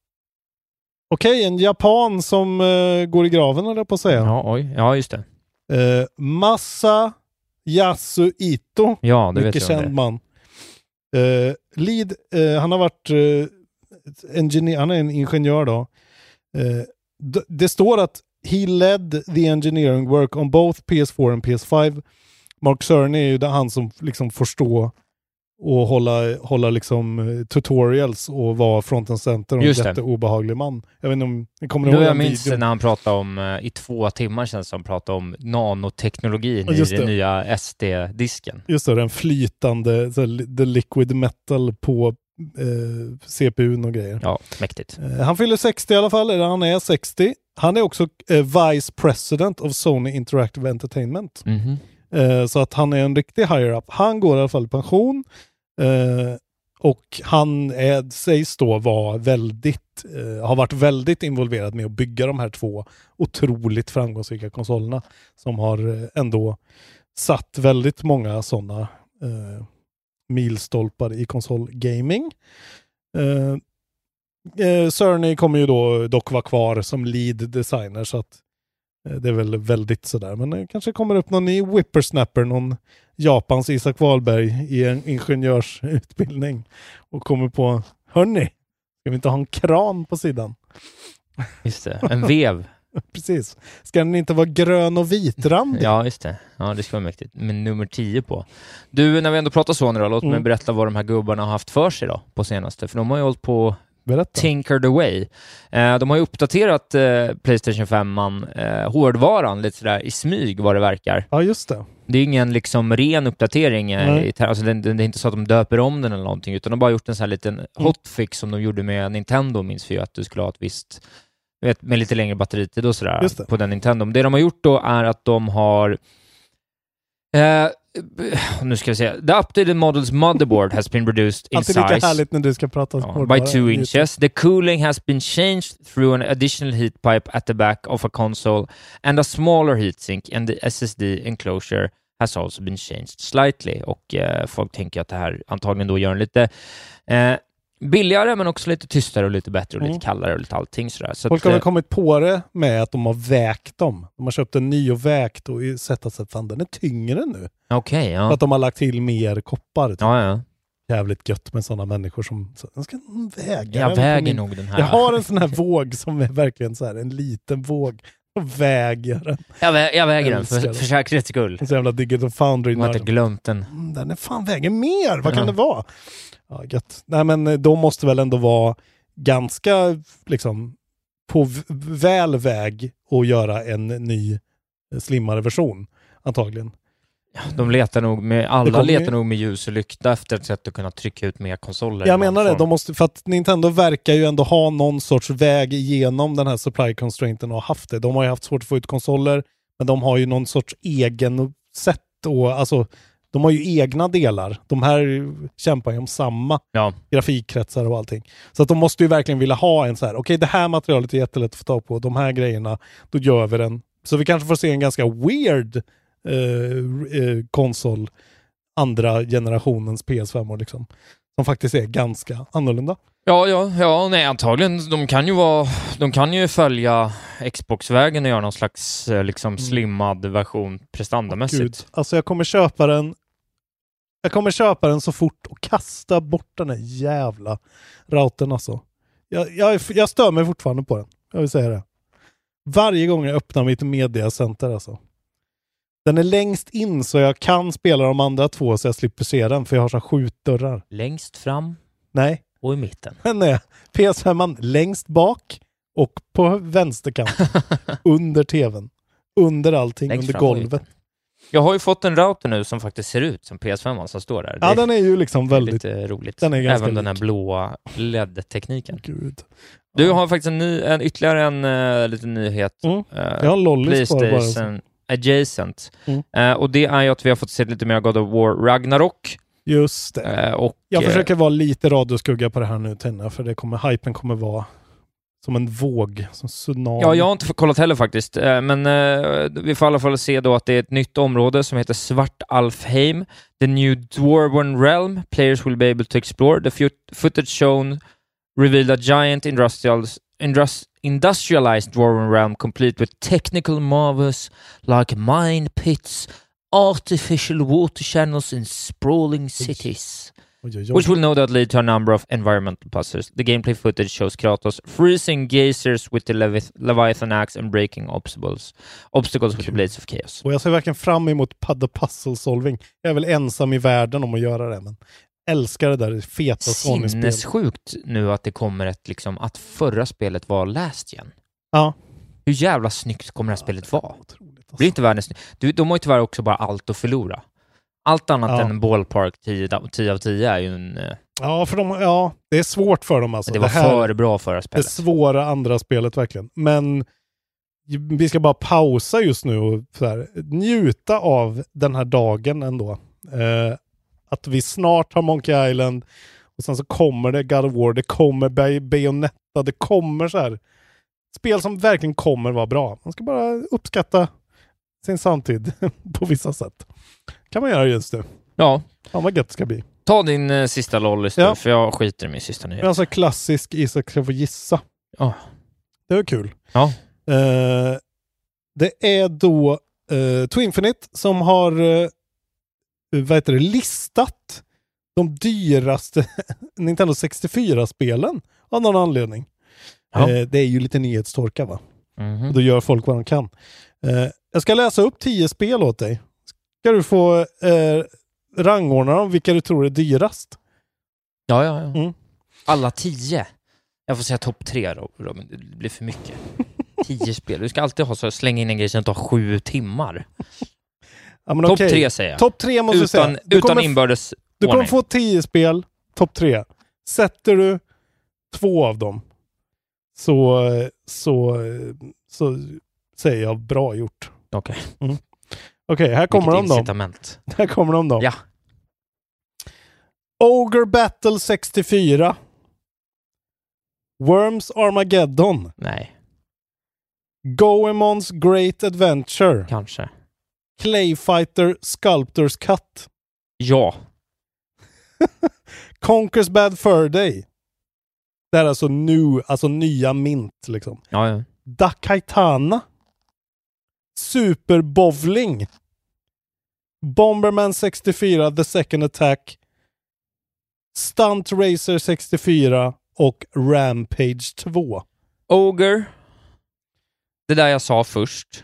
Okej, en japan som uh, går i graven, eller på att säga. Ja, oj. Ja, just det. Uh, Masa Yasuhito. Ja, det Mycket vet jag om känd det. man. Uh, lead, uh, han har varit uh, engineer, han är en ingenjör då. Eh, d- det står att he led the engineering work on both P S four and P S five. Mark Cerny är ju det han som liksom får stå och hålla, hålla liksom tutorials och vara front and center och en jätteobehaglig man. Jag vet inte om ni kommer ihåg den jag minns videon. när han pratade om, i två timmar sedan som pratade om nanoteknologin Ja, i just det. den nya S D-disken. Just det, den flytande så, the liquid metal på eh, C P U:n och grejer. Ja, mäktigt. Eh, han fyller sextio i alla fall, eller han är sextio. Han är också eh, vice president of Sony Interactive Entertainment. Mhm. Eh, så att han är en riktig higher up. Han går i alla fall i pension. Eh, och han är, sägs då vara väldigt, eh, har varit väldigt involverad med att bygga de här två otroligt framgångsrika konsolerna som har eh, ändå satt väldigt många sådana eh, milstolpar i konsolgaming. Eh, eh, Cerny kommer ju då dock vara kvar som lead designer så att eh, det är väl väldigt sådär. Men det kanske kommer upp någon ny whippersnapper, någon Japans Isak Wahlberg i en ingenjörsutbildning och kommer på, hörni, ska vi inte ha en kran på sidan? Just det, en vev. Precis. Ska den inte vara grön och vitrandig? Ja, just det. Ja, det ska vara mäktigt. Med nummer tio på. Du, när vi ändå pratar så nu då, låt Mm. mig berätta vad de här gubbarna har haft för sig då, på senaste. För de har ju hållit på Berätta. tinkered away. Eh, de har ju uppdaterat eh, PlayStation fem-man eh, hårdvaran lite sådär i smyg vad det verkar. Ja, just det. Det är ingen liksom ren uppdatering. Eh, Nej. i ter- alltså, det, det är inte så att de döper om den eller någonting, utan de har bara gjort en sån här liten hotfix som de gjorde med Nintendo, minns vi ju att du skulle ha ett visst, jag vet, med lite längre batteritid och sådär Just det. på den Nintendo. Det de har gjort då är att de har eh, nu ska vi se. The updated model's motherboard has been reduced in Alltid size lika härligt när du ska prata Ja, hårdvara. by two inches. The cooling has been changed through an additional heat pipe at the back of a console, and a smaller heatsink and the S S D enclosure has also been changed slightly. Och eh, folk tänker att det här antagligen då gör den lite eh, billigare, men också lite tystare och lite bättre och Mm. lite kallare och lite allting sådär. Så Folk att, har väl eh, kommit på det med att de har vägt dem. De har köpt en ny och vägt och sett att fan, den är tyngre nu. Okej, För ja. att de har lagt till mer koppar. Typ. Ja, ja. Jävligt gött med sådana människor som så, den ska väga. Jag den på väger min- nog den här. Jag har en sån här våg som är verkligen så här, en liten våg. Och väger den. Jag, vä- jag väger den Älskar för, det. för säkerhets skull. En sån jävla Digital Foundry. Jag har inte glömt den. Mm, den är fan väger mer. Vad kan Ja. det vara? Ja, gött. Nej, men de måste väl ändå vara ganska liksom på v- väl väg att göra en ny eh, slimmare version antagligen. De letar nog med, Det alla kommer ju- letar nog med ljus och lykta efter ett sätt att kunna trycka ut mer konsoler. Jag i någon menar det, form. de måste, för att Nintendo verkar ju ändå ha någon sorts väg igenom den här supply constrainten och har haft det. De har ju haft svårt att få ut konsoler, men de har ju någon sorts egen sätt och alltså de har ju egna delar. De här kämpar ju om samma Ja. grafikkretsar och allting. Så att de måste ju verkligen vilja ha en så här, okej okay, det här materialet är jättelätt att få tag på, de här grejerna, då gör vi den. Så vi kanske får se en ganska weird eh, eh, konsol, andra generationens P S fem liksom. Som faktiskt är ganska annorlunda. Ja, ja, ja, nej, antagligen. De kan ju vara, de kan ju följa Xbox-vägen och göra någon slags eh, liksom slimmad version prestandamässigt. Gud, alltså jag kommer köpa den jag kommer köpa den så fort och kasta bort den här jävla routern alltså. Jag, jag, jag stör mig fortfarande på den. Jag vill säga det. Varje gång jag öppnar mitt mediacenter alltså. Den är längst in så jag kan spela de andra två så jag slipper se den för jag har så skjutdörrar. Längst fram Nej. och i mitten. Den är P S fem längst bak och på vänsterkant. Under tvn. Under allting, Längst under fram och i golvet. Jag har ju fått en router nu som faktiskt ser ut som P S fem som står där. Ja, det, den är ju liksom det är väldigt... lite roligt. Den är ganska Även den här lik. blåa L E D-tekniken. Gud. Du har faktiskt en, ny, en ytterligare en uh, liten nyhet. Mm. Uh, Jag har lollis kvar bara. PlayStation Adjacent. Mm. Uh, och det är ju att vi har fått se lite mer God of War Ragnarok. Just det. Uh, och, Jag uh, försöker vara lite radioskugga på det här nu, Tenna, för det kommer, hypen kommer vara som en våg, som tsunami. Ja, jag har inte kollat heller faktiskt, uh, men uh, vi får i alla fall se då att det är ett nytt område som heter Svartalfheim. The New Dwarven Realm. Players will be able to explore. The fut- footage shown revealed a giant industrial, indus- industrialized Dwarven Realm complete with technical marvels like mine pits, artificial water channels and sprawling cities. Oj, oj, oj. which will no doubt lead to a number of environmental puzzles. The gameplay footage shows Kratos freezing geysers with the Levith- Leviathan axe and breaking obstacles, obstacles with the blades of chaos. Och jag ser verkligen fram emot the puzzle solving. Jag är väl ensam i världen om att göra det, men älskar det där feta Sony-spel. Sinnessjukt nu att det kommer ett liksom, att förra spelet var last gen. Ja. Hur jävla snyggt kommer det här spelet vara? Otroligt, alltså. Det är inte världens... Du, de har ju tyvärr också bara allt att förlora. Allt annat Ja. än Ballpark tio av tio är ju en... Ja, för de, ja, det är svårt för dem alltså. Det var det här, för bra förra spelet. Det svåra andra spelet verkligen. Men vi ska bara pausa just nu och så här, njuta av den här dagen ändå. Eh, att vi snart har Monkey Island och sen så kommer det God of War, det kommer Bay- Bayonetta, det kommer så här spel som verkligen kommer vara bra. Man ska bara uppskatta sin samtid på vissa sätt. Kan man göra just nu. Ja. Ja, vad gött det ska bli. Ta din eh, sista lollis Ja. nu, för jag skiter i min sista nyhet. Men alltså klassisk Isak ska få gissa. Ja. Det var kul. Ja. Eh, det är då uh, Twinfinite som har uh, vad heter det, listat de dyraste Nintendo sextiofyra-spelen av någon anledning. Ja. Eh, det är ju lite nyhetstorka, va? Mhm. Och då gör folk vad de kan. Eh, jag ska läsa upp tio spel åt dig. Ska du få eh, rangordna dem, vilka du tror är dyrast? Ja, ja, ja. Mm. Alla tio. Jag får säga topp tre då, Robin. Det blir för mycket. Tio spel. Du ska alltid ha så slänga in en grej som tar sju timmar. Ja, men Topp okej. tre säger jag. Topp tre måste Utan, jag säga. Du utan kommer, inbördes du kommer ordning. få tio spel, topp tre. Sätter du två av dem så, så, så säger jag bra gjort. Okej. Mm. Okej, här kommer Vilket de då. incitament. Här kommer de då. Ja. Ogre Battle sextiofyra. Worms Armageddon. Nej, Goemon's Great Adventure. kanske. Clayfighter Sculptor's Cut. Ja. Conker's Bad Fur Day. Det är alltså nu, alltså nya mint liksom. Ja, ja. Daikaitana. Super Bowling. Bomberman sextiofyra The Second Attack. Stunt Racer sextiofyra och Rampage två. Ogre. Det där jag sa först.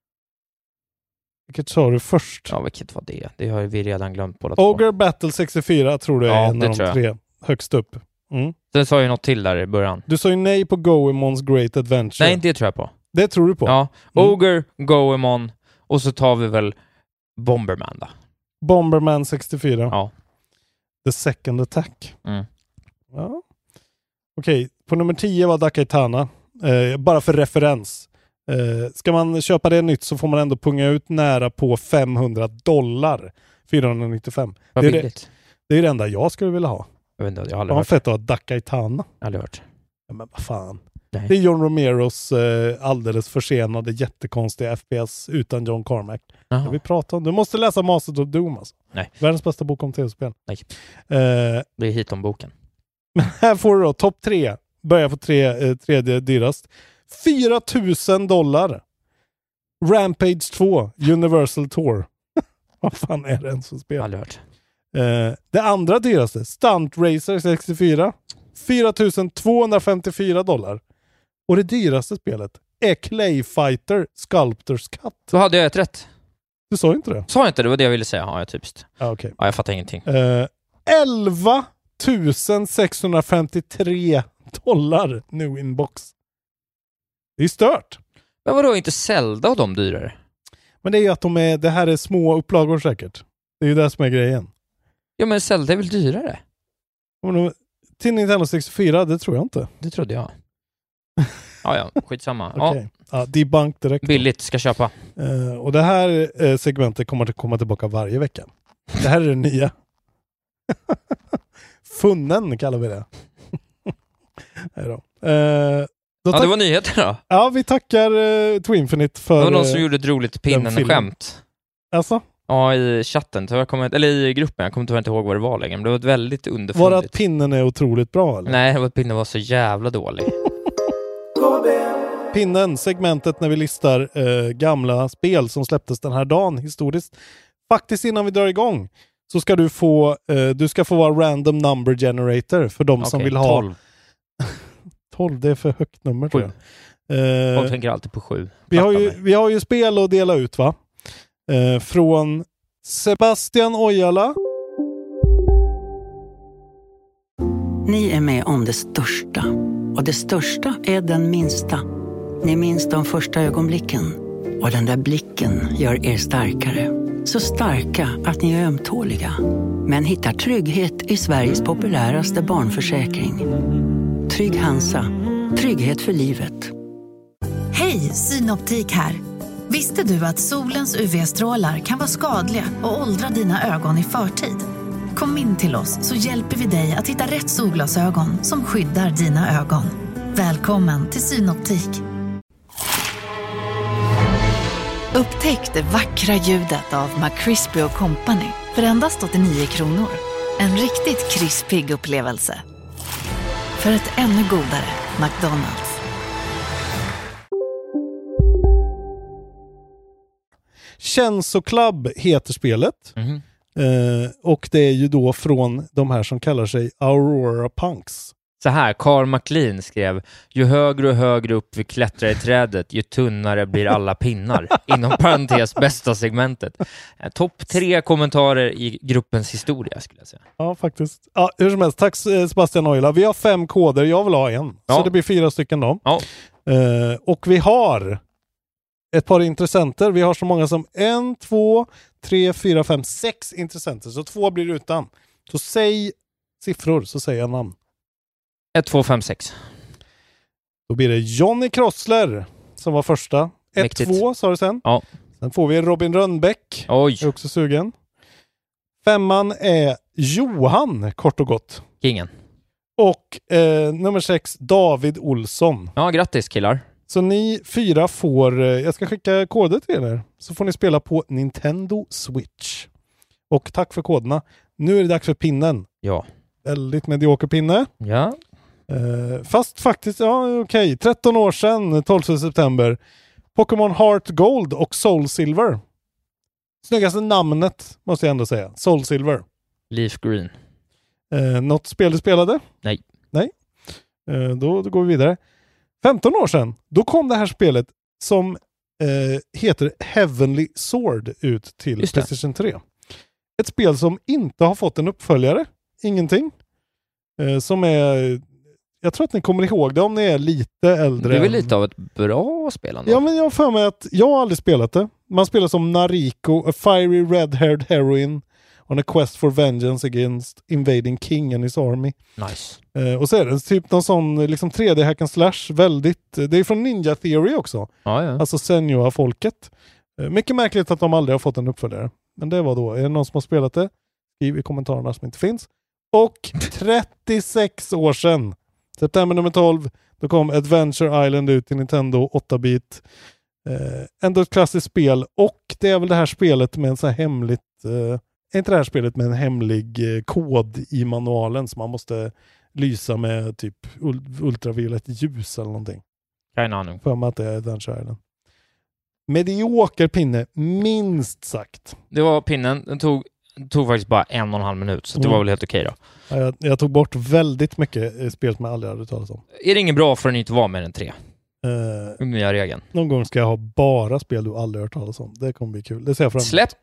Vilket sa du först? Ja, vilket var det? Det har vi redan glömt båda två. Ogre Battle sextiofyra tror du är Ja, en det av de tror jag. tre högst upp. Mm. Sen sa jag något till där i början. Du sa ju nej på Goemon's Great Adventure. Nej, det tror jag på. Det tror du på? Ja. Mm. Ogre, Goemon och så tar vi väl Bomberman då. Bomberman sextiofyra. Ja. The Second Attack. Mm. Ja. Okej, på nummer tio var Daikaitana. Eh, bara för referens. Eh, ska man köpa det nytt så får man ändå punga ut nära på femhundra dollar. fyrahundranittiofem. Vad Det är det, billigt. det är det enda jag skulle vilja ha. Jag vet inte, jag har aldrig Jag har hört. fett att ha Daikaitana. Aldrig hört. Ja, men vad fan. Nej. Det är John Romeros eh, alldeles försenade jättekonstiga F P S utan John Carmack. Jaha. Jag vill prata om. Du måste läsa Masters of Doom alltså. Nej. Världens bästa bok om tv-spel. Nej. Eh, Det är hit om boken. men här får du då topp tre. Börjar på tre, eh, tredje dyrast. fyra tusen dollar. Rampage två. Universal Tour. Vad fan är det ens för spel? Aldrig hört. Eh, det andra dyraste. Stunt Racer sextiofyra. fyra tusen tvåhundrafemtiofyra dollar. Och det dyraste spelet är Clayfighter Sculptor's Cut. Då hade jag ett rätt. Du sa inte det? Sa jag inte? Det var det jag ville säga. Ja, jag typiskt. Ah, okay. Ja, jag fattar ingenting. Eh, elva tusen sexhundrafemtiotre dollar nu inbox. Det är stört. Men vadå, inte Zelda och de dyrare? Men det är ju att de är, det här är små upplagor säkert. Det är ju det som är grejen. Ja, men Zelda är väl dyrare? Men de, till Nintendo sextiofyra, det tror jag inte. Det trodde jag. Ja, ja, skitsamma. Okej. Ja, debunk direkt. Ja, billigt, ska köpa. Uh, och det här uh, segmentet kommer att komma tillbaka varje vecka. Det här är det nya. Funnen kallar vi det. Nej då. Uh, då ja, det var nyheter då. Ja, vi tackar uh, Twinfinite för... Det var någon som uh, gjorde ett roligt pinnen-skämt. Alltså? Ja, i chatten. Så jag kommer, eller i gruppen. Jag kommer tyvärr inte ihåg vad det var längre. Men det var ett väldigt underfundigt. Var det att pinnen är otroligt bra, eller? Nej, det var att pinnen var så jävla dålig. Pinnen, segmentet när vi listar uh, gamla spel som släpptes den här dagen historiskt. Faktiskt innan vi drar igång så ska du få eh, du ska få vara random number generator för de okay, som vill ha tolv. tolv, det är för högt nummer tror jag. Eh, Folk tänker alltid på sju. Vi har, ju, vi har ju spel att dela ut va? Eh, från Sebastian Ojala. Ni är med om det största. Och det största är den minsta. Ni minns de första ögonblicken. Och den där blicken gör er starkare. Så starka att ni är ömtåliga. Men hittar trygghet i Sveriges populäraste barnförsäkring. Trygg Hansa. Trygghet för livet. Hej, Synoptik här. Visste du att solens U V-strålar kan vara skadliga och åldra dina ögon i förtid? Kom in till oss så hjälper vi dig att hitta rätt solglasögon som skyddar dina ögon. Välkommen till Synoptik. Upptäck det vackra ljudet av McCrispy och Company för endast åttionio kronor. En riktigt krispig upplevelse. För ett ännu godare McDonald's. Kenzo Club heter spelet. Mm. Eh, och det är ju då från de här som kallar sig Aurora Punks. Så här, Carl McLean skrev: ju högre och högre upp vi klättrar i trädet, ju tunnare blir alla pinnar. Inom parentes bästa segmentet. Eh, Topp tre kommentarer i gruppens historia skulle jag säga. Ja, faktiskt. Ja, hur som helst, tack Sebastian Oila. Vi har fem koder, jag vill ha en. Ja. Så det blir fyra stycken då. Ja. Eh, och vi har ett par intressenter. Vi har så många som en, två, tre, fyra, fem, sex intressenter. Så två blir utan. Så säg siffror så säger jag namn. ett, två, fem, sex. Då blir det Johnny Krossler som var första. ett, två sa du sen. Ja. Sen får vi Robin Rönnbäck. Oj. Jag är också sugen. Femman är Johan, kort och gott. Kingen. Och eh, nummer sex, David Olsson. Ja, grattis killar. Så ni fyra får, eh, jag ska skicka koder till er. Så får ni spela på Nintendo Switch. Och tack för koderna. Nu är det dags för pinnen. Ja. Väldigt medioker pinne. Ja. Eh, fast faktiskt, ja okej. Okay. tretton år sedan, tolfte september. Pokémon Heart Gold och Soul Silver. Snyggaste namnet, måste jag ändå säga. Soul Silver. Leaf Green. Eh, något spel du spelade? Nej. Nej. Eh, då, då går vi vidare. femton år sedan, då kom det här spelet som eh, heter Heavenly Sword ut till PlayStation tre. Ett spel som inte har fått en uppföljare. Ingenting. Eh, som är... Jag tror att ni kommer ihåg det om ni är lite äldre. Det är väl lite av ett bra spelande. Ja, men jag har för mig att jag har aldrig spelat det. Man spelar som Nariko, a fiery red-haired heroine on a quest for vengeance against invading king and his army. Nice. Eh, och så är det typ någon sån liksom tre D hack and slash. Väldigt... Det är från Ninja Theory också. Ja, ja. Alltså Senua-folket. Eh, mycket märkligt att de aldrig har fått en uppföljare. Men det var då. Är det någon som har spelat det? Skriv i kommentarerna som inte finns. Och trettiosex år sedan, september nummer tolv, då kom Adventure Island ut till Nintendo åtta-bit. Eh, ändå ett klassiskt spel. Och det är väl det här spelet med en så här hemligt... Eh, är inte det här spelet med en hemlig eh, kod i manualen som man måste lysa med typ ul- ultraviolett ljus eller någonting? Keine aning. För mig att det är Adventure Island. Medioker pinne, minst sagt. Det var pinnen. Den tog, tog faktiskt bara en och en halv minut. Så det Mm. var väl helt okej då. Ja, jag, jag tog bort väldigt mycket eh, spel som jag aldrig hade talat om. Är det ingen bra för att inte vara mer än tre? Eh, Nya regeln. någon gång ska jag ha bara spel du aldrig hört talas om. Det kommer bli kul. Det ser jag fram emot. Släpp!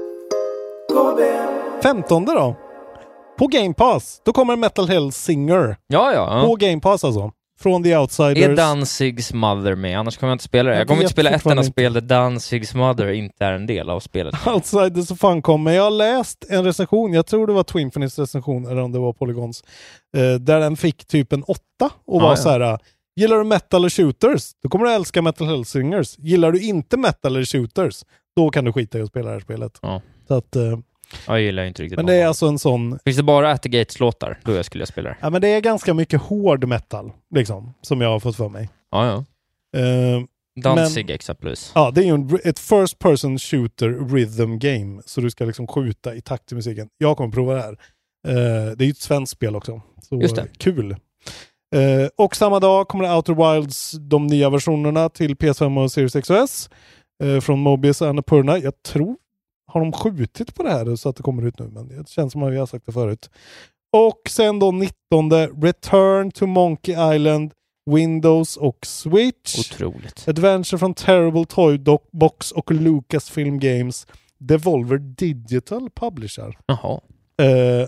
femtonde då. På Game Pass. Då kommer Metal Hellsinger. Ja, ja. På Game Pass alltså. Från The Outsiders. Är Danzigs Mother med? Annars kommer jag inte spela det. Jag, Jag kommer inte vet spela ett enda fortfarande spel där Danzigs Mother inte är en del av spelet. Outsiders och fan kom. Men jag har läst en recension. Jag tror det var Twinfinites recension eller om det var Polygons. Eh, där den fick typ en åtta. Och Ja, var ja. så här. Gillar du metal och shooters? Då kommer du älska Metal Hellsingers. Gillar du inte metal eller shooters? Då kan du skita i att spela det här spelet. Ja. Så att... Eh, Jag gillar inte riktigt. men det är alltså en sån... Finns det bara At the Gates-låtar? Då jag skulle jag spela det. Ja, men det är ganska mycket hård metal, liksom, som jag har fått för mig. Ja, ja. Uh, Danzig exempelvis. Ja, det är ju en, ett first person shooter rhythm game. Så du ska liksom skjuta i takt till musiken. Jag kommer prova det här. Uh, det är ju ett svenskt spel också. Så Just det. Kul. Uh, och samma dag kommer det Outer Wilds, de nya versionerna till P S fem och Series X och S. Uh, från Mobius och Annapurna. Jag tror... har de skjutit på det här så att det kommer ut nu? Men det känns som att vi har sagt det förut. Och sen då nittonde Return to Monkey Island, Windows och Switch. Otroligt. Adventure från Terrible Toy Box och Lucasfilm Games. Devolver Digital Publisher. Jaha. Uh,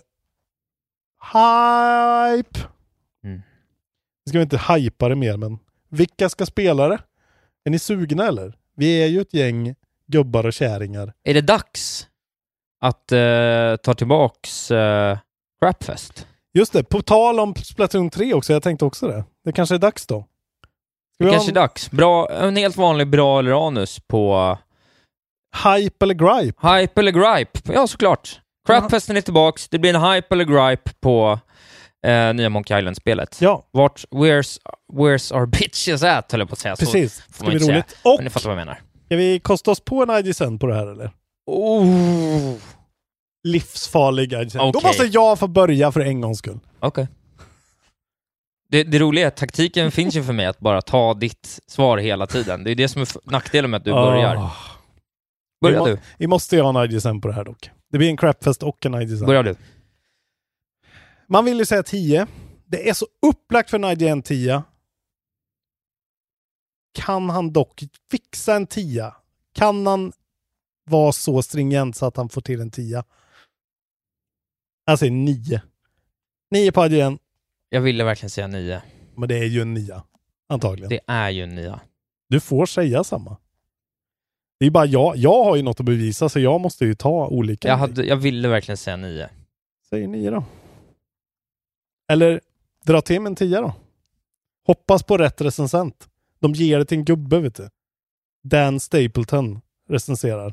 hype! Mm. Vi ska inte hypa det mer, men vilka ska spela det? Är ni sugna eller? Vi är ju ett gäng gubbar och käringar. Är det dags att uh, ta tillbaks uh, Crapfest? Just det, på tal om Splatoon tre också, jag tänkte också det. Det kanske är dags då. Ska det kanske en... är dags. Bra, en helt vanlig bra eller anus på... Hype eller gripe? Hype eller gripe, ja såklart. Crapfesten är tillbaks, det blir en hype eller gripe på uh, nya Monkey Island-spelet. Ja. Vart, where's, where's our bitches at, höll jag på att säga. Precis, så får man inte roligt. Säga. Och men ni fattar vad jag menar. Ska vi kosta oss på en I D sen på det här eller? Oh. Livsfarlig I D sen. Okay. Då måste jag få börja för en gångs skull. Okej. Okay. Det, det roliga är att taktiken finns ju för mig att bara ta ditt svar hela tiden. Det är det som är nackdelen med att du oh. börjar. Börja vi du. Må, vi måste ju ha en I D sen på det här dock. Det blir en crapfest och en I D sen. Börja du. Man vill ju säga tio. Det är så upplagt för en I D N tio. Kan han dock fixa en tio? Kan han vara så stringent så att han får till en tio? Jag säger nio. nio på I D N. Jag ville verkligen säga nio. Men det är ju en nia. Antagligen. Det är ju en nia. Du får säga samma. Det är bara jag. Jag har ju något att bevisa så jag måste ju ta olika. Jag, hade, jag ville verkligen säga nio. Säg nio då. Eller dra till med en tia då. Hoppas på rätt recensent. De ger det till en gubbe, vet du. Dan Stapleton recenserar.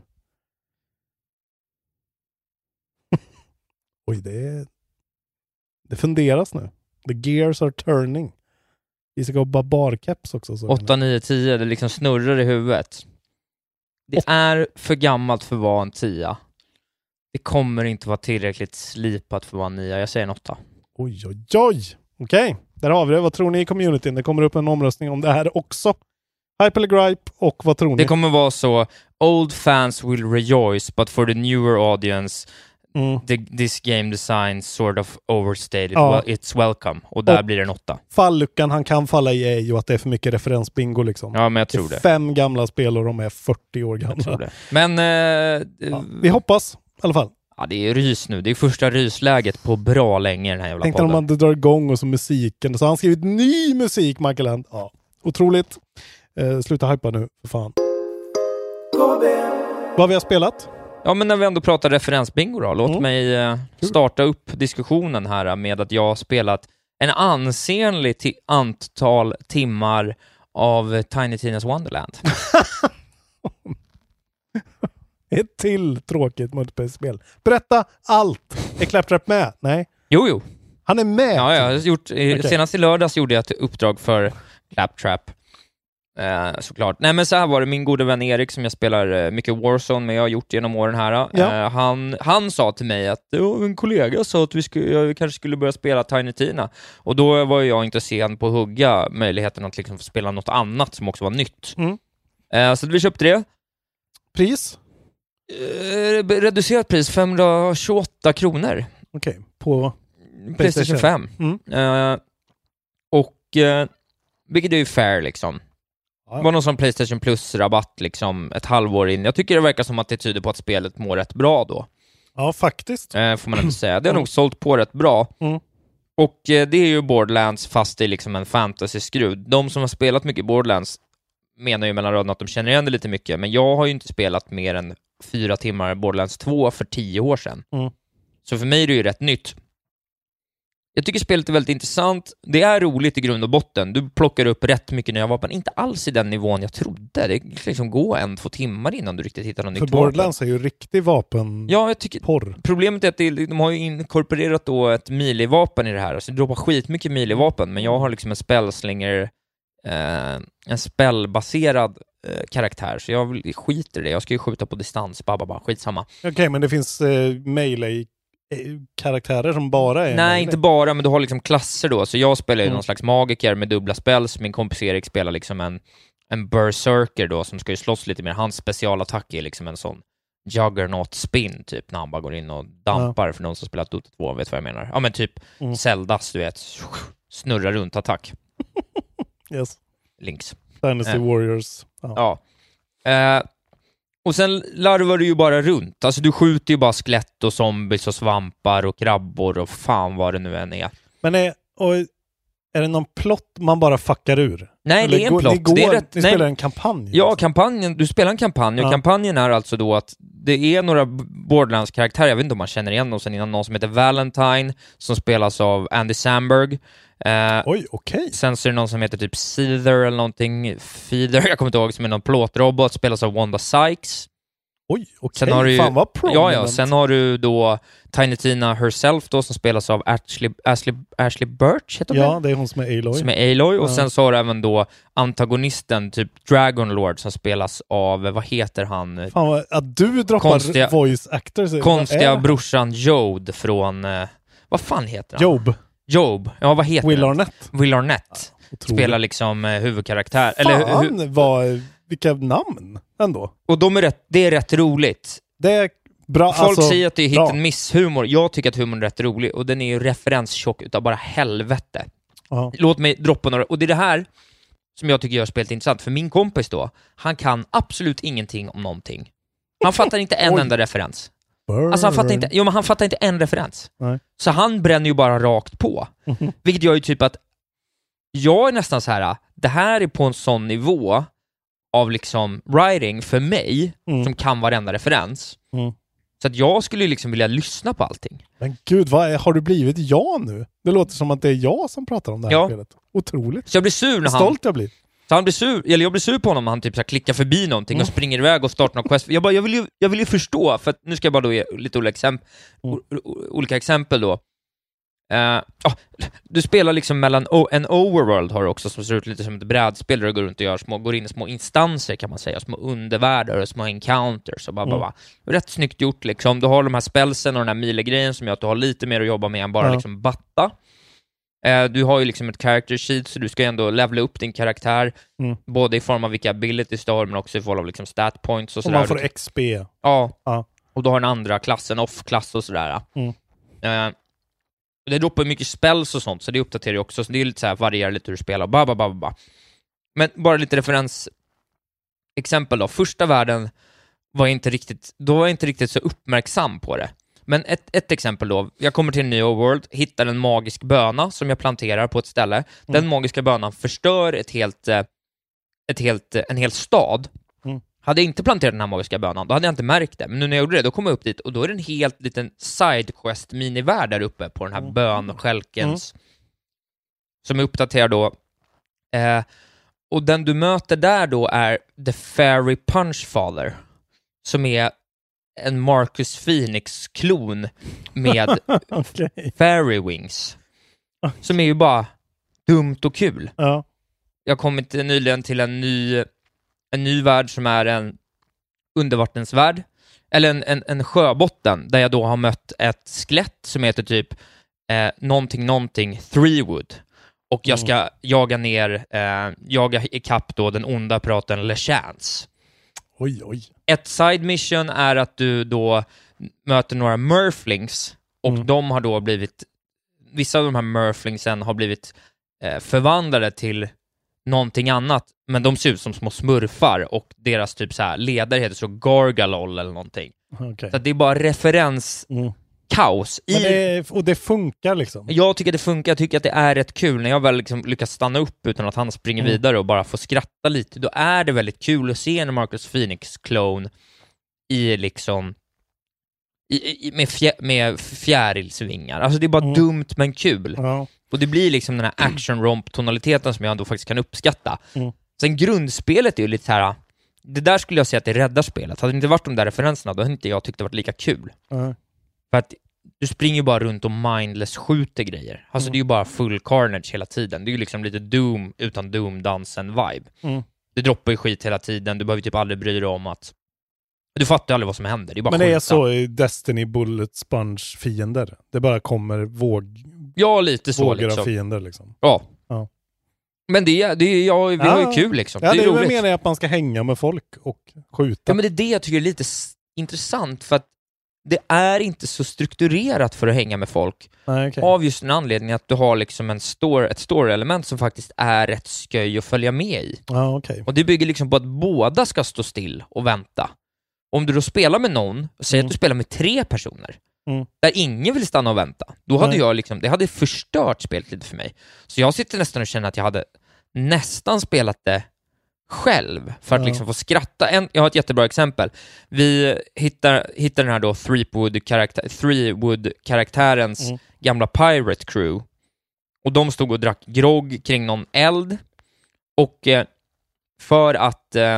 Oj, det är... Det funderas nu. The gears are turning. Vi ska ha barbarkeps också. åtta, nio, tio. Det liksom snurrar i huvudet. Det Åt... är för gammalt för att vara en tia. Det kommer inte vara tillräckligt slipat för att vara en nia. Jag säger en åtta. Oj, oj, oj. Okej, okay. Där har vi det. Vad tror ni i communityn? Det kommer upp en omröstning om det här också. Hype eller gripe, och vad tror ni? Det kommer vara så: old fans will rejoice, but for the newer audience mm. the, this game design sort of overstated. Ja. Well, it's welcome. Och där och blir det en åtta. Falluckan han kan falla i är ju att det är för mycket referensbingo liksom. Ja, men jag tror det. det. Fem gamla spel och de är fyrtio år gamla. Jag tror det. Men eh, ja, vi hoppas i alla fall. Ja, det är rys nu. Det är första rysläget på bra länge den här jävla Tänkte podden. om man drar igång och så musiken. Så har han skrivit ny musik, Michael Land. Ja, otroligt. Eh, sluta hypa nu, för fan. Vad har vi har spelat? Ja, men när vi ändå pratar referensbingo då. Låt mm. mig eh, starta upp diskussionen här med att jag har spelat en ansenlig t- antal timmar av Tiny Tina's Wonderland. Ett till tråkigt multiplayer-spel. Berätta allt. Är Claptrap med? Nej. Jo, jo. Han är med? Ja, jag har gjort, okay. Senast i lördags gjorde jag ett uppdrag för Claptrap. Eh, såklart. Nej, men så här var det. Min gode vän Erik, som jag spelar mycket Warzone med, jag har gjort genom åren här. Ja. Eh, han, han sa till mig att en kollega sa att vi, skulle, jag kanske skulle börja spela Tiny Tina. Och då var jag intresserad på att hugga möjligheten att liksom få spela något annat som också var nytt. Mm. Eh, så vi köpte det. Pris? Eh, reducerat pris, femhundratjugoåtta kronor. Okej, okay. På PlayStation fem. Mm. Eh, och eh, vilket är ju fair liksom. Ja. Det var någon som PlayStation Plus-rabatt liksom ett halvår in. Jag tycker det verkar som att det tyder på att spelet mår rätt bra då. Ja, faktiskt. Eh, får man inte säga. Det har nog sålt på rätt bra. Mm. Och eh, det är ju Borderlands fast det är liksom en fantasy-skrud. De som har spelat mycket Borderlands menar ju mellan raderna att de känner igen det lite mycket. Men jag har ju inte spelat mer än fyra timmar Borderlands två för tio år sedan. Mm. Så för mig är det ju rätt nytt. Jag tycker spelet är väldigt intressant. Det är roligt i grund och botten. Du plockar upp rätt mycket nya vapen. Inte alls i den nivån jag trodde. Det kan liksom gå en, två timmar innan du riktigt hittar något nytt vapen. För Borderlands är ju riktig vapen. Ja, jag tycker... Porr. Problemet är att det, de har ju inkorporerat då ett melee-vapen i det här. Alltså det droppar skitmycket melee-vapen. Men jag har liksom en spellslinger... Eh, en spellbaserad eh, karaktär. Så jag skiter i det. Jag ska ju skjuta på distans. Bara, bara, skitsamma. Okej, okay, men det finns eh, melee karaktärer som bara är... Nej, inte bara, men du har liksom klasser då. Så jag spelar ju mm. någon slags magiker med dubbla spells. Min kompis Erik spelar liksom en, en berserker då, som ska ju slåss lite mer. Hans specialattack är liksom en sån Juggernaut spin typ, när han bara går in och dampar ja. För någon som spelat Dota två vet vad jag menar. Ja men typ mm. Zeldas, du vet, snurra runt attack. Yes. Links. Dynasty eh. Warriors. Ja. ja. Eh, och sen larvar du ju bara runt. Alltså du skjuter ju bara skelett och zombies och svampar och krabbor och fan vad det nu än är. Men är, och är det någon plott man bara fuckar ur? Nej, eller det är en går, plott. Ni, går, det är rätt, ni nej. spelar en kampanj? Ja, alltså. kampanjen, du spelar en kampanj och ja. kampanjen är alltså då att det är några Borderlands-karaktärer, jag vet inte om man känner igen dem sen innan, någon som heter Valentine som spelas av Andy Samberg. Eh, Oj, okej. Okay. Sen så är det någon som heter typ Seether eller någonting, Feeder, jag kommer inte ihåg, som är någon plåtrobot, spelas av Wanda Sykes. Oj, okej. Okay. Fan vad prominent. Ja, ja. Sen har du då Tiny Tina herself då, som spelas av Ashley, Ashley, Ashley Birch, heter hon? Ja, det är hon som är Aloy. Som är Aloy. Och ja. sen så har du även då antagonisten, typ Dragon Lord, som spelas av, vad heter han? Fan vad, att du droppar konstiga, voice actors. Konstiga brorsan Jode från, eh, vad fan heter han? Job. Job, ja vad heter Will han? Arnett. Will Arnett. Ja, spelar liksom eh, huvudkaraktär. Fan, eller hu- vad, vilka namn ändå. Och de är rätt, det är rätt roligt. Det är bra. Folk alltså, säger att det är hit and miss humor. Jag tycker att humorn är rätt rolig. Och den är ju referenstjock utav bara helvete. Aha. Låt mig droppa några. Och det är det här som jag tycker gör spelet intressant. För min kompis då, han kan absolut ingenting om någonting. Han fattar inte en enda referens. Burn. Alltså han fattar inte, jo, men han fattar inte en referens. Nej. Så han bränner ju bara rakt på. Mm-hmm. Vilket gör ju typ att jag är nästan så här, det här är på en sån nivå av liksom writing för mig mm. som kan varenda referens. Mm. Så att jag skulle ju liksom vilja lyssna på allting. Men gud, vad är, har du blivit jag nu? Det låter som att det är jag som pratar om det här ja. spelet. Otroligt. Så jag blir sur när han... Stolt jag blir. Så han blir sur, eller jag blir sur på honom när han typ så här klickar förbi någonting mm. och springer iväg och startar någon quest. Jag, bara, jag, vill ju, jag vill ju förstå, för att nu ska jag bara då ge lite olika exempel, mm. olika exempel då. Uh, oh, du spelar liksom mellan o- en overworld har du också, som ser ut lite som ett brädspel där du går runt och gör små, går in i små instanser kan man säga, små undervärldar och små encounters och bara, mm. bara. Rätt snyggt gjort liksom. Du har de här spelsen och den här milegrejen som gör att du har lite mer att jobba med än bara ja. liksom batta. Uh, du har ju liksom ett character sheet, så du ska ändå levela upp din karaktär mm. både i form av vilka abilities du har, men också i form av liksom stat points och, och sådär. Och man får X P. Ja, ja. Och du har den andra klassen, off-klass och sådär. Mm. Uh, Det droppar mycket spells och sånt, så det uppdaterar ju också. Så det är lite så här, varierar lite hur du spelar. Ba, ba, ba, ba. Men bara lite referens exempel då. Första världen var inte riktigt, då var jag inte riktigt så uppmärksam på det. Men ett, ett exempel då. Jag kommer till en ny overworld, hittar en magisk böna som jag planterar på ett ställe. Mm. Den magiska bönan förstör ett helt, ett helt, en hel stad. Mm. Hade jag inte planterat den här magiska bönan, då hade jag inte märkt det. Men nu när jag gjorde det, då kom jag upp dit och då är det en helt liten sidequest minivärld där uppe på den här mm. bönskälkens mm. som är uppdaterad då. Eh, och den du möter där då är The Fairy Punchfather, som är en Marcus Phoenix-klon med okay. Fairy Wings. Som är ju bara dumt och kul. Ja. Jag kom inte nyligen till en ny en ny värld som är en undervattensvärld, eller en, en, en sjöbotten, där jag då har mött ett skelett som heter typ eh, någonting, någonting Threewood. Och jag ska mm. jaga ner, eh, jaga ikapp då den onda praten LeChance. Oj, oj. Ett side mission är att du då möter några Murflings, och mm. de har då blivit, vissa av de här Murflingsen har blivit eh, förvandlade till någonting annat, men de ser ut som små smurfar, och deras typ så här ledare heter så Gargalol eller någonting. Okay. Så det är bara referens mm. kaos i... Men det är, och det funkar liksom. Jag tycker att det funkar, jag tycker att det är rätt kul när jag väl liksom lyckas stanna upp utan att han springer mm. vidare och bara får skratta lite. Då är det väldigt kul att se en Marcus Phoenix-clone i liksom i, i, med, fjä, med fjärilsvingar. Alltså det är bara mm. dumt men kul. Ja. Och det blir liksom den här action-romp-tonaliteten som jag ändå faktiskt kan uppskatta. Mm. Sen grundspelet är ju lite så här, det där skulle jag säga att det räddar spelet. Hade det inte varit de där referenserna, då hade inte jag tyckt det varit lika kul. Mm. För att du springer ju bara runt och mindless skjuter grejer. Alltså mm. det är ju bara full carnage hela tiden. Det är ju liksom lite Doom utan Doom-dansen-vibe. Mm. Det droppar ju skit hela tiden. Du behöver typ aldrig bry dig om att... Du fattar aldrig vad som händer. Det är bara Men det skjuta. är så i Destiny Bullet Sponge-fiender. Det bara kommer våg... Ja, lite så vågar liksom. av fiender liksom. Ja. ja. Men det, det är, ja, vi ja. har ju kul liksom. Ja, det är det roligt. menar jag att man ska hänga med folk och skjuta. Ja, men det är det jag tycker är lite intressant för att det är inte så strukturerat för att hänga med folk. Nej, okay. Av just en anledning att du har liksom en story, ett story-element som faktiskt är rätt sköj att följa med i. Ja, okay. Och det bygger liksom på att båda ska stå still och vänta. Om du då spelar med någon, säg mm. att du spelar med tre personer mm. där ingen vill stanna och vänta, då hade Nej. jag liksom, det hade förstört spelet lite för mig. Så jag sitter nästan och känner att jag hade nästan spelat det själv för att ja. liksom få skratta. En, jag har ett jättebra exempel. Vi hittar, hittar den här då Threepwood-karaktär, Threepwood-karaktärens mm. gamla pirate crew. Och de stod och drack grogg kring någon eld. Och eh, för att eh,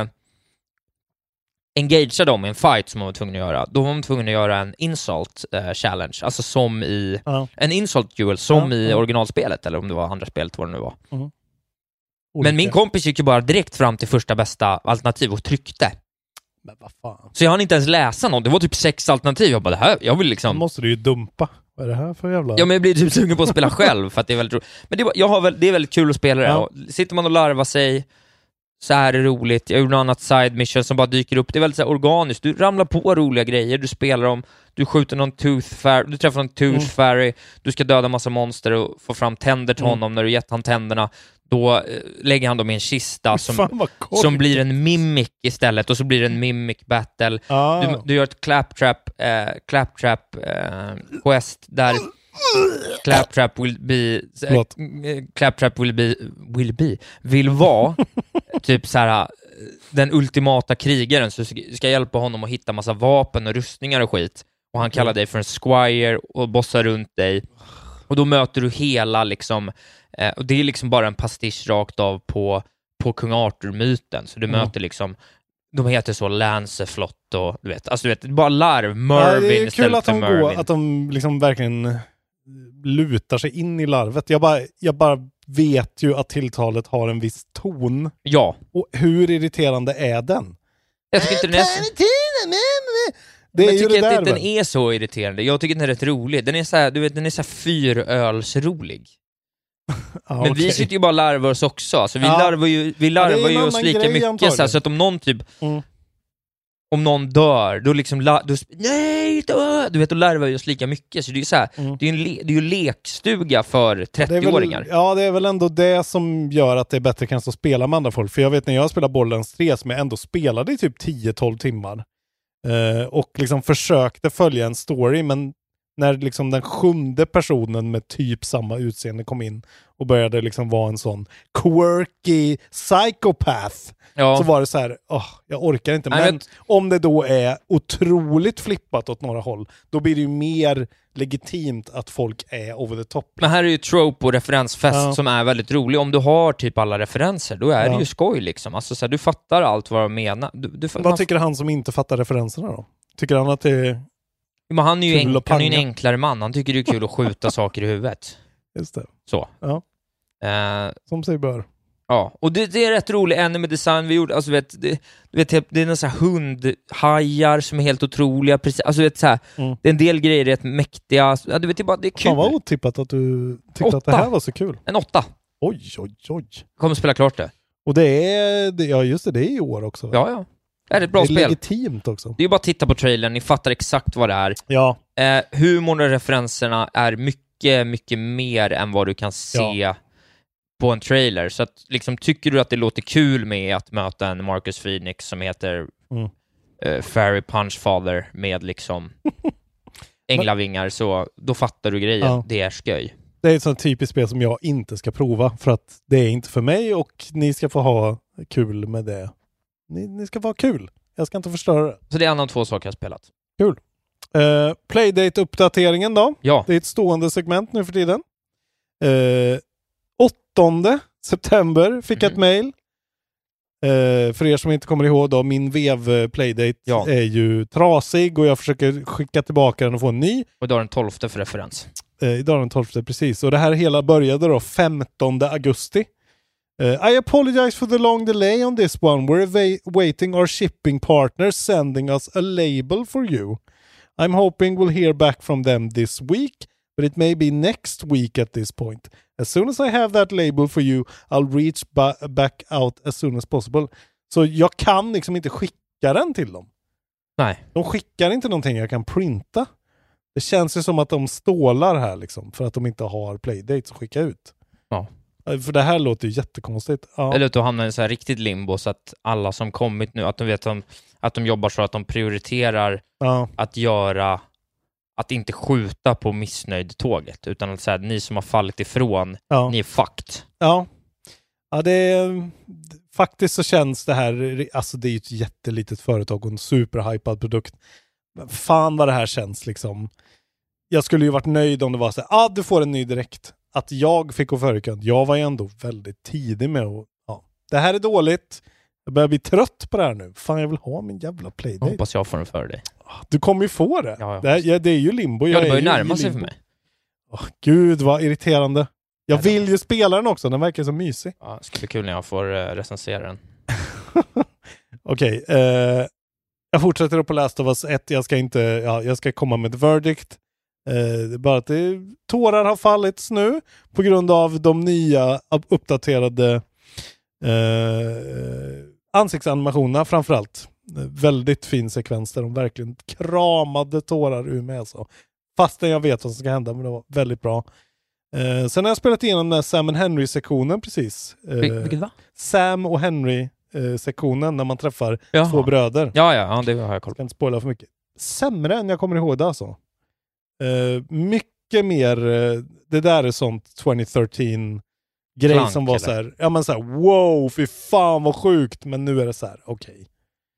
engagea dem i en fight som man var tvungen att göra, då var man tvungen att göra en insult eh, challenge. Alltså som i ja. en insult duel som ja, i ja. originalspelet, eller om det var andra spelet, vad det nu var. Mm. Men min kompis gick ju bara direkt fram till första bästa alternativ och tryckte. Men vad fan. Så jag hann inte ens läsa något. Det var typ sex alternativ. Jag bara, det här, jag vill liksom... Då måste du ju dumpa. Vad är det här för jävla... Ja, men jag blir typ sugen på att spela själv för att det är väldigt roligt. Men det, var, jag har väl, det är väldigt kul att spela det. Ja. Sitter man och larvar sig så är det roligt. Jag gjorde något annat side mission som bara dyker upp. Det är väldigt så här organiskt. Du ramlar på roliga grejer. Du spelar dem. Du skjuter någon tooth fairy. Du träffar någon tooth Mm. fairy. Du ska döda massa monster och få fram tänder till Mm. honom. När du gett han tänderna, då eh, lägger han dem i en kista som, Fan, vad korkat. som blir en mimic istället. Och så blir det en mimic battle. Ah. Du, du gör ett claptrap eh, claptrap eh, quest där claptrap will be eh, claptrap will be will be vill vara typ så här den ultimata krigaren, så ska, ska hjälpa honom att hitta massa vapen och rustningar och skit, och han kallar dig för en squire och bossar runt dig, och då möter du hela liksom eh, och det är liksom bara en pastisch rakt av på på kung Arthur-myten, så du Mm. möter liksom, de heter så Lancelot och du vet, alltså du vet, bara larv, Mervin, ja, det är kul att de, Mervin. går, att de liksom verkligen lutar sig in i larvet. Jag bara, jag bara vet ju att tilltalet har en viss ton. Ja. Och hur irriterande är den? Jag tycker inte den är så... Det är jag ju tycker det att där, den väl? är så irriterande. Jag tycker den är rätt rolig. Den är så här, du vet, den är så här fyrölsrolig. Ah, men okay. vi sitter ju bara larvar oss också. Alltså, vi Ja. larvar ju, vi larvar Ja, ju oss lika grej, mycket så, här, så att om någon typ mm. om någon dör, då liksom la, då, nej, dö! Du vet, då larvar vi oss lika mycket. Så det är ju så här, Mm. det är ju en le, det är ju lekstuga för Det är trettio-åringar. väl, ja, det är väl ändå det som gör att det är bättre kanske att spela med andra folk. För jag vet när jag spelar Borderlands tre, som jag ändå spelade i typ tio tolv timmar eh, och liksom försökte följa en story, men när liksom den sjunde personen med typ samma utseende kom in och började liksom vara en sån quirky psychopath, Ja. så var det så här, åh, jag orkar inte. Nej, Men vet- om det då är otroligt flippat åt några håll, då blir det ju mer legitimt att folk är over the top. Men här är ju trope och referensfest Ja. som är väldigt rolig. Om du har typ alla referenser, då är Ja. det ju skoj liksom. Alltså så här, du fattar allt vad de menar. Du, du, Vad man- tycker han som inte fattar referenserna då? Tycker han att det är... Men han är ju Kul en, att han är ju en panga. enklare man. Han tycker det är kul att skjuta saker i huvudet. Just det. Så. Ja. Eh, Som sig bör. ja. Och det, det är rätt roligt anime design vi gjorde. Alltså vet, det, du vet, det är en sån här hundhajar som är helt otroliga. Precis, alltså vet så här, Mm. det är en del grejer rätt mäktiga. Ja, du vet, det är bara, det är kul. Fan vad otippat att du tyckte Åtta. att det här var så kul. En åtta. Oj, oj, oj. Kommer spela klart det. Och det är, det, ja just det, det är i år också. Ja, ja. Det är ett bra det är spel. legitimt också. Det är ju bara att titta på trailern, ni fattar exakt vad det är. Ja. Eh, humorn och referenserna är mycket, mycket mer än vad du kan se Ja. på en trailer. Så att, liksom, tycker du att det låter kul med att möta en Marcus Phoenix som heter Mm. eh, Fairy Punchfather med liksom änglavingar, så då fattar du grejen. Ja. Det är sköj. Det är ett sånt typiskt spel som jag inte ska prova, för att det är inte för mig, och ni ska få ha kul med det. Ni, ni ska få ha kul. Jag ska inte förstöra det. Så det är en av två saker jag har spelat. Kul. Uh, Playdate-uppdateringen då. Ja. Det är ett stående segment nu för tiden. Uh, åttonde september fick jag ett mail. Uh, för er som inte kommer ihåg då, min vev Playdate Ja. är ju trasig och jag försöker skicka tillbaka den och få en ny. Och idag är den tolfte för referens. Uh, idag är den tolfte, precis. Och det här hela började då femtonde augusti. Uh, I apologize for the long delay on this one. We're ava- waiting our shipping partners sending us a label for you. I'm hoping we'll hear back from them this week, but it may be next week at this point. As soon as I have that label for you, I'll reach ba- back out as soon as possible. Så jag kan liksom inte skicka den till dem. Nej. De skickar inte någonting jag kan printa. Det känns ju som att de stålar här liksom, för att de inte har playdates att skicka ut. Ja. För det här låter ju jättekonstigt. Ja. Eller att du hamnar i en så här riktigt limbo så att alla som kommit nu, att de vet om, att de jobbar så att de prioriterar ja. att göra, att inte skjuta på missnöjd tåget, utan att säga ni som har fallit ifrån, ja. ni är fucked. Ja. Ja, det är faktiskt så känns det här, alltså det är ju ett jättelitet företag och en superhypad produkt. Men fan vad det här känns liksom. Jag skulle ju varit nöjd om det var så här, ah, du får en ny direkt. Att jag fick gå förkant. Jag var ju ändå väldigt tidig med att, ja, det här är dåligt. Jag börjar bli trött på det här nu. Fan, jag vill ha min jävla playdate. Jag hoppas jag får den för dig. Du kommer ju få det. Ja, det, här, ja, det är ju limbo. Ja, det jag börjar är närma sig för mig. Oh, gud, vad irriterande. Jag vill ju spela den också. Den verkar så mysig. Ja, det ska bli kul när jag får uh, recensera den. Okej. Okay, uh, jag fortsätter på Last of Us ett. Jag ska inte, ja, jag ska komma med ett verdict. Uh, bara att det, tårar har fallit nu på grund av de nya uppdaterade uh, ansiktsanimationerna framförallt. Uh, väldigt fin sekvens där de verkligen kramade tårar ur mig alltså. Fastän jag vet vad som ska hända, men det var väldigt bra. Uh, sen har jag spelat igenom den här Sam and Henry-sektionen precis. Uh, Vil- vilket va? Sam och Henry-sektionen när man träffar Jaha. två bröder. Ja, ja, ja, det har jag koll på. Jag kan inte spoila för mycket. Sämre än jag kommer ihåg det alltså. Uh, mycket mer, uh, det där är sånt tjugo tretton grej Plank, som var eller? så här, ja men så här, wow, fy fan vad sjukt, men nu är det så här, okej. Okay.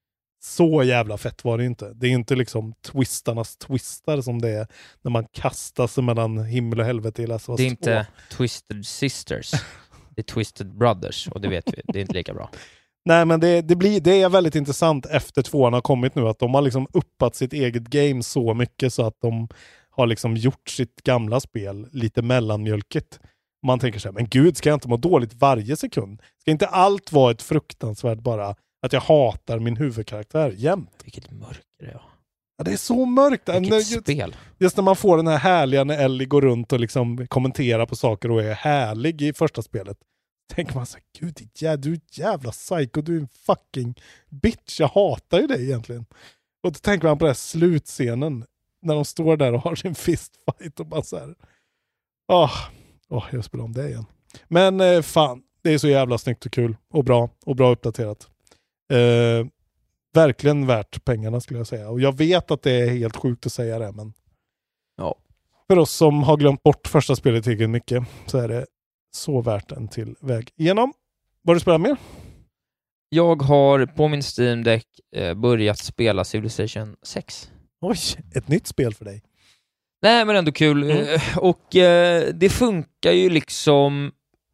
Så jävla fett var det inte. Det är inte liksom twistarnas twistar som det är när man kastar sig mellan himmel och helvete i Last of Us Det är inte två. Twisted Sisters. Det är Twisted Brothers, och det vet vi. Det är inte lika bra. Nej, men det, det, blir, det är väldigt intressant efter tvåan har kommit nu, att de har liksom uppat sitt eget game så mycket så att de har liksom gjort sitt gamla spel lite mellanmjölkigt. Man tänker så här, men gud, ska jag inte må dåligt varje sekund? Ska inte allt vara ett fruktansvärt bara att jag hatar min huvudkaraktär jämt? Vilket mörker det är. Ja, det är så mörkt. Vilket just, spel. Just när man får den här härliga när Ellie går runt och liksom kommenterar på saker och är härlig i första spelet. Tänker man så här, gud, ja, du är ett jävla psycho, du är en fucking bitch, jag hatar ju dig egentligen. Och då tänker man på den här slutscenen när de står där och har sin fistfight och bara så här, åh, oh, oh, jag spelar om det igen. Men eh, fan, det är så jävla snyggt och kul och bra och bra uppdaterat. Eh, verkligen värt pengarna skulle jag säga. Och jag vet att det är helt sjukt att säga det, men ja. För oss som har glömt bort första spelet tillräckligt mycket så är det så värt en till väg igenom. Vad har du spelat mer? Jag har på min Steam Deck eh, börjat spela Civilization sex. Oj, ett nytt spel för dig. Nej, men ändå kul. Mm. Eh, och eh, det funkar ju liksom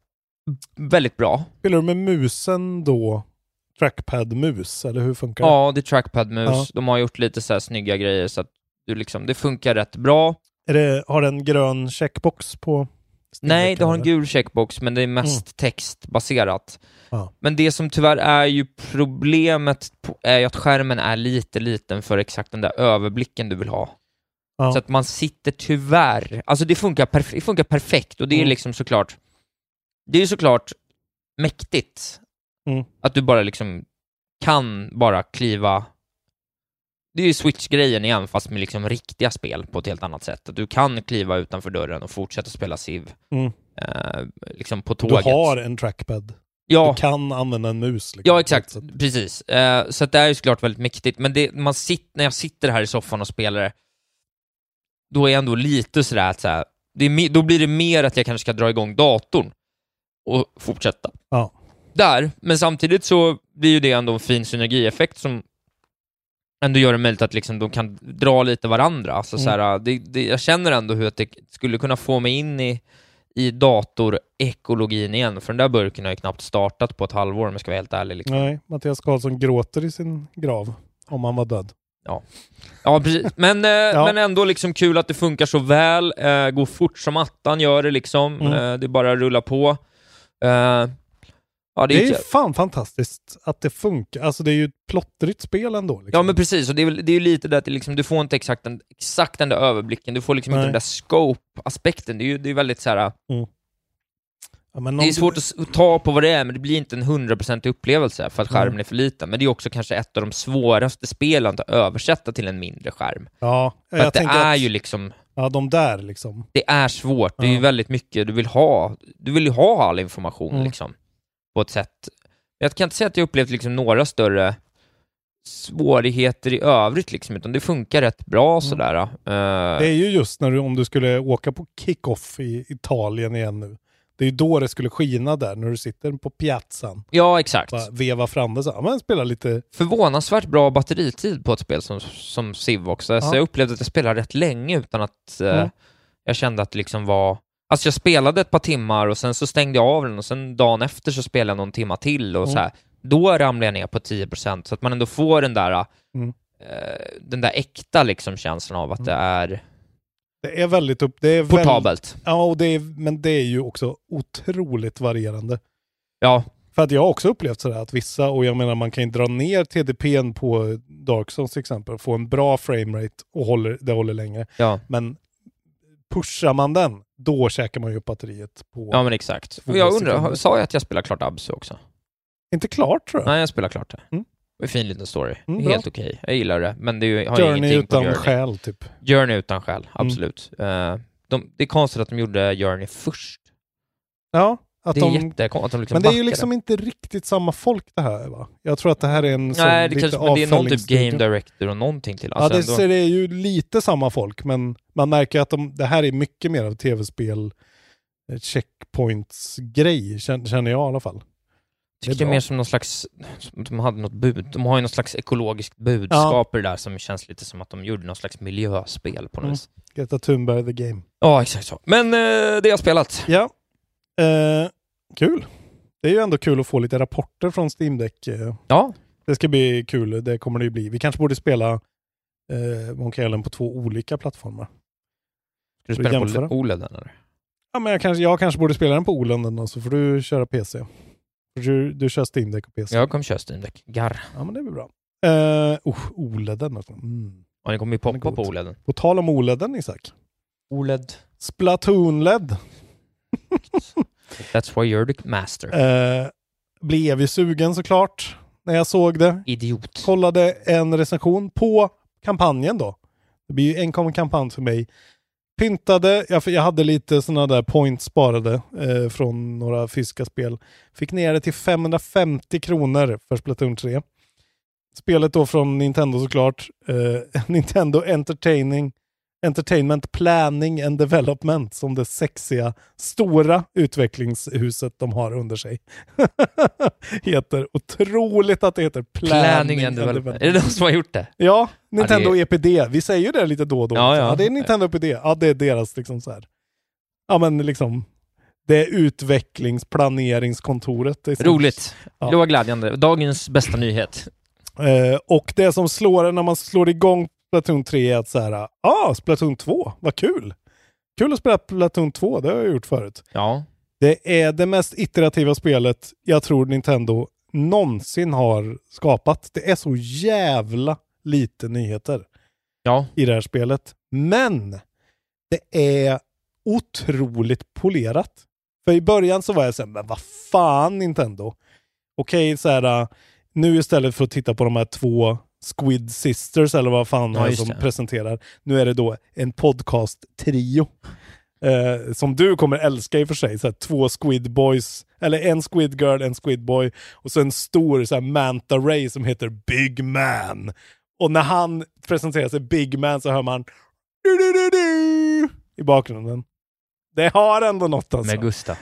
väldigt bra. Spelar du med musen då? Trackpad-mus, eller hur funkar det? Ja, det är trackpad-mus. Ja. De har gjort lite så här snygga grejer så att du liksom, det funkar rätt bra. Är det, har den grön checkbox på Steam Nej, Deck, det har en eller? gul checkbox, men det är mest Mm. textbaserat. Ja. Men det som tyvärr är ju problemet på, är ju att skärmen är lite liten för exakt den där överblicken du vill ha. Ja. Så att man sitter tyvärr, alltså det funkar, perf- det funkar perfekt, och det är Mm. liksom såklart, det är ju såklart mäktigt Mm. att du bara liksom kan bara kliva. Det är ju Switch-grejen igen, fast med liksom riktiga spel på ett helt annat sätt. Att du kan kliva utanför dörren och fortsätta spela Civ Mm. eh, liksom på Du tåget. har en trackpad. Ja. Du kan använda en mus. Liksom, Ja, exakt. Precis. Eh, så att det är ju såklart väldigt mäktigt. Men det, man sit, när jag sitter här i soffan och spelar det, då är jag ändå lite sådär att så här, det är, me- då blir det mer att jag kanske ska dra igång datorn och fortsätta. Ja. Där, men samtidigt så blir ju det ändå en fin synergieffekt som ändå gör det möjligt att liksom de kan dra lite varandra. Alltså, Mm. så här, det, det, jag känner ändå hur att det skulle kunna få mig in i, i datorekologin igen, för den där burken har ju knappt startat på ett halvår, om jag ska vara helt ärlig. Liksom. Nej, Mattias Karlsson gråter i sin grav om han var död. Ja, ja precis. Men, eh, Ja. men ändå liksom kul att det funkar så väl. Eh, går fort som attan gör det liksom. Mm. Eh, det är bara att rulla på. Eh, ja, det Det är är ju- fan fantastiskt att det funkar. Alltså det är ju ett plottrigt spel ändå. Liksom. Ja, men precis. Och det är, väl- det är ju lite där att det liksom, du får inte exakt den, exakt den där överblicken. Du får liksom Nej. inte den där scope-aspekten. Det är ju det är väldigt så här. Mm. Ja, men det är du... svårt att ta på vad det är, men det blir inte en hundra procent upplevelse för att skärmen mm. är för liten. Men det är också kanske ett av de svåraste spelen att översätta till en mindre skärm. Ja, för jag att det är att... ju liksom... Ja, de där liksom. Det är svårt. Ja. Det är ju väldigt mycket du vill ha. Du vill ju ha all information mm. liksom. På ett sätt. Jag kan inte säga att jag upplevt liksom några större svårigheter i övrigt liksom, utan det funkar rätt bra mm. sådär. Uh... Det är ju just när du, om du skulle åka på kick-off i Italien igen nu. Det är ju då det skulle skina där, när du sitter på piazzan. Ja, exakt. Bara veva fram det så här. Man spelar lite... Förvånansvärt bra batteritid på ett spel som, som Civ också. Ja. Så jag upplevde att jag spelade rätt länge utan att mm. eh, jag kände att det liksom var... Alltså jag spelade ett par timmar och sen så stängde jag av den och sen dagen efter så spelade jag någon timma till och mm. så här. Då ramlade jag ner på tio procent så att man ändå får den där mm. eh, den där äkta liksom känslan av att mm. det är... Det är väldigt upp... Det är portabelt. Väldigt, ja, och det är, men det är ju också otroligt varierande. Ja. För att jag har också upplevt sådär att vissa, och jag menar man kan ju dra ner T D P:n på Dark Souls till exempel, få en bra framerate och håller, det håller länge. Ja. Men pushar man den, då käkar man ju upp batteriet på... Ja, men exakt. Och jag undrar, sa jag att jag spelar klart Absu också? Inte klart, tror jag. Nej, jag spelar klart det. Mm. Det är en fin liten story. Mm, Helt okej. Okay. Jag gillar det. Men det är, har Journey ingenting utan på Journey. Själ, typ. Journey utan själ, absolut. Mm. Uh, de, det är konstigt att de gjorde Journey först. Ja. Att det är de... jättekonstigt att de liksom Men det är ju backade. liksom inte riktigt samma folk det här, va? Jag tror att det här är en sån Nej, det, lite kanske, men det är någon typ game director och någonting till. Alltså ja, det, ändå... det är ju lite samma folk, men man märker att de, det här är mycket mer av tv-spel checkpoints-grej, känner jag i alla fall. Det är, det är mer som någon slags, de hade något bud, de har ju något slags ekologiskt budskap ja. där som känns lite som att de gjorde något slags miljöspel på något mm. vis. Greta Thunberg the game. Ja, exakt så. Men eh, det har spelat. Ja. Eh, kul. Det är ju ändå kul att få lite rapporter från Steam Deck. Ja. Det ska bli kul, det kommer det ju bli. Vi kanske borde spela eh, Monkey Island på två olika plattformar. Ska du spela jämföra? På O L E D eller? Ja, men jag kanske, jag kanske borde spela den på O L E D och så får du köra P C. Du, du kör Steam Deck och P C. Jag kommer köra Steam Deck. Garr. Ja, men det blir bra. Uh, oh, O L E D. Mm. Ja, det kommer ju poppa på O L E D. På tal om O L E D, Isak. O L E D. Splatoon-L E D. That's why you're the master. Uh, blev ju sugen såklart när jag såg det. Idiot. Kollade en recension på kampanjen då. Det blir ju en kommande kampanj för mig. Pyntade, jag, jag hade lite sådana där points sparade eh, från några fysiska spel. Fick ner det till femhundrafemtio kronor för Splatoon tre. Spelet då från Nintendo såklart. Eh, Nintendo Entertaining, Entertainment Planning and Development, som det sexiga, stora utvecklingshuset de har under sig. heter, otroligt att det heter Planning, Planning and Development. Är det de som har gjort det? Ja, Nintendo ja, det är... E P D. Vi säger ju det lite då och då. Ja, ja. Ja, det är Nintendo E P D. Ja, det är deras liksom så här. Ja, men liksom det är utvecklingsplaneringskontoret. Det är roligt. Ja. Det var glädjande. Dagens bästa nyhet. Eh, och det som slår när man slår igång Splatoon tre är att så här, ah, Splatoon två, vad kul. Kul att spela Splatoon två, det har jag gjort förut. Ja. Det är det mest iterativa spelet jag tror Nintendo någonsin har skapat. Det är så jävla lite nyheter ja. i det här spelet. Men det är otroligt polerat. För i början så var jag så här, men vad fan Nintendo? Okej, okay, så här, nu istället för att titta på de här två Squid Sisters eller vad fan ja, som det. presenterar. Nu är det då en podcast-trio. Eh, som du kommer älska i och för sig. Så här, två Squid Boys. Eller en Squid Girl, en Squid Boy. Och så en stor så här, Manta Ray som heter Big Man. Och när han presenterar sig Big Man så hör man du, du, du, du, i bakgrunden. Det har ändå något alltså. Med Gustav.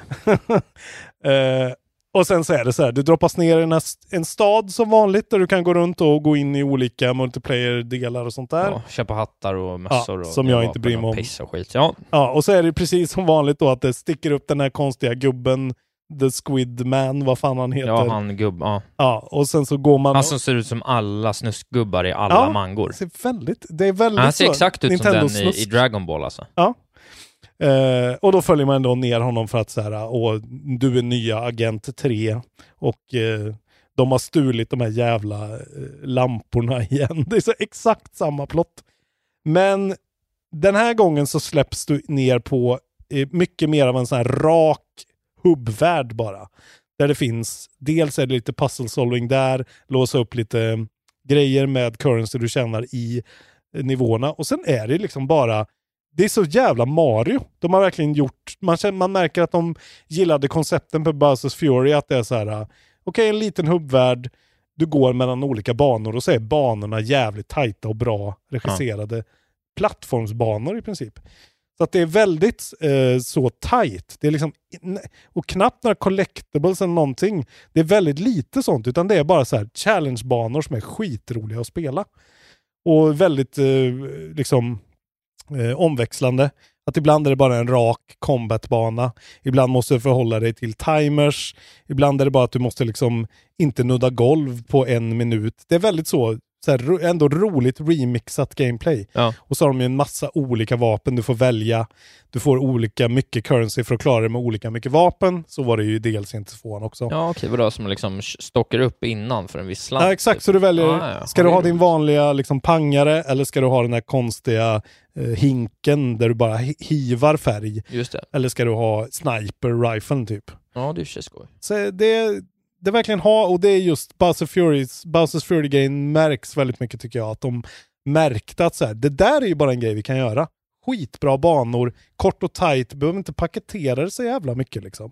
eh, Och sen så är det så här, du droppas ner i en, en stad som vanligt där du kan gå runt och gå in i olika multiplayer-delar och sånt där. Ja, köpa hattar och mössor ja, och som jag inte bryr mig om. Piss och skit. Ja. ja, och så är det precis som vanligt då att det sticker upp den här konstiga gubben, The Squid Man, vad fan han heter. Ja, han gubb, ja. Ja, och sen så går man... Han som ser ut som alla snuskgubbar i alla ja, mangor. Det ser väldigt, det är väldigt han ser så, exakt ut Nintendo som den i, i Dragon Ball alltså. Ja. Uh, och då följer man då ner honom för att så här, åh, du är nya agent tre och uh, de har stulit de här jävla uh, lamporna igen. Det är så exakt samma plott. Men den här gången så släpps du ner på uh, mycket mer av en sån här rak hubbvärld bara. Där det finns, dels är det lite puzzle solving där, låsa upp lite grejer med currency du tjänar i nivåerna. Och sen är det liksom bara, det är så jävla Mario. De har verkligen gjort, man, känner, man märker att de gillade koncepten på Bowser's Fury, att det är så här, okej, okay, en liten hubbvärld, du går mellan olika banor och så är banorna jävligt tajta och bra regisserade ja. plattformsbanor i princip. Så att det är väldigt eh, så tight. Det är liksom, och knappt några collectibles eller någonting. Det är väldigt lite sånt, utan det är bara så här challenge-banor som är skitroliga att spela. Och väldigt eh, liksom eh, omväxlande. Att ibland är det bara en rak combat-bana. Ibland måste du förhålla dig till timers. Ibland är det bara att du måste liksom inte nudda golv på en minut. Det är väldigt så, så här, ändå roligt remixat gameplay. Ja. Och så har de ju en massa olika vapen du får välja. Du får olika mycket currency för att klara det med olika mycket vapen. Så var det ju dels inte tvåan också. Ja, okej. Vadå, som liksom stockar upp innan för en viss slant? Ja, exakt. Så du väljer, ah, ja. ska du ha din vanliga liksom pangare, eller ska du ha den här konstiga eh, hinken där du bara hivar färg? Just det. Eller ska du ha sniper-riflen typ? Ja, det är ju skoj. Så det, det verkligen har, och det är just Bowser Fury's, Bowser's Fury Game märks väldigt mycket tycker jag. Att de märkte att så här, det där är ju bara en grej vi kan göra. Skitbra banor, kort och tight, behöver inte paketera det så jävla mycket liksom.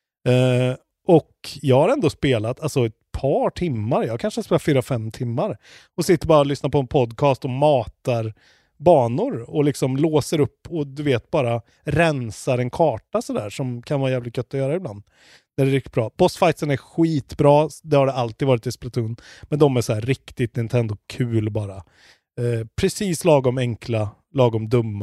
Uh, och jag har ändå spelat alltså ett par timmar, jag kanske spelar fyra, fem timmar och sitter bara och lyssnar på en podcast och matar banor och liksom låser upp och du vet bara rensar en karta sådär som kan vara jävligt gött att göra ibland. Det är riktigt bra. Bossfightsen är skitbra, det har det alltid varit i Splatoon, men de är så här riktigt Nintendo kul bara. Uh, precis lagom enkla, lagom dumma.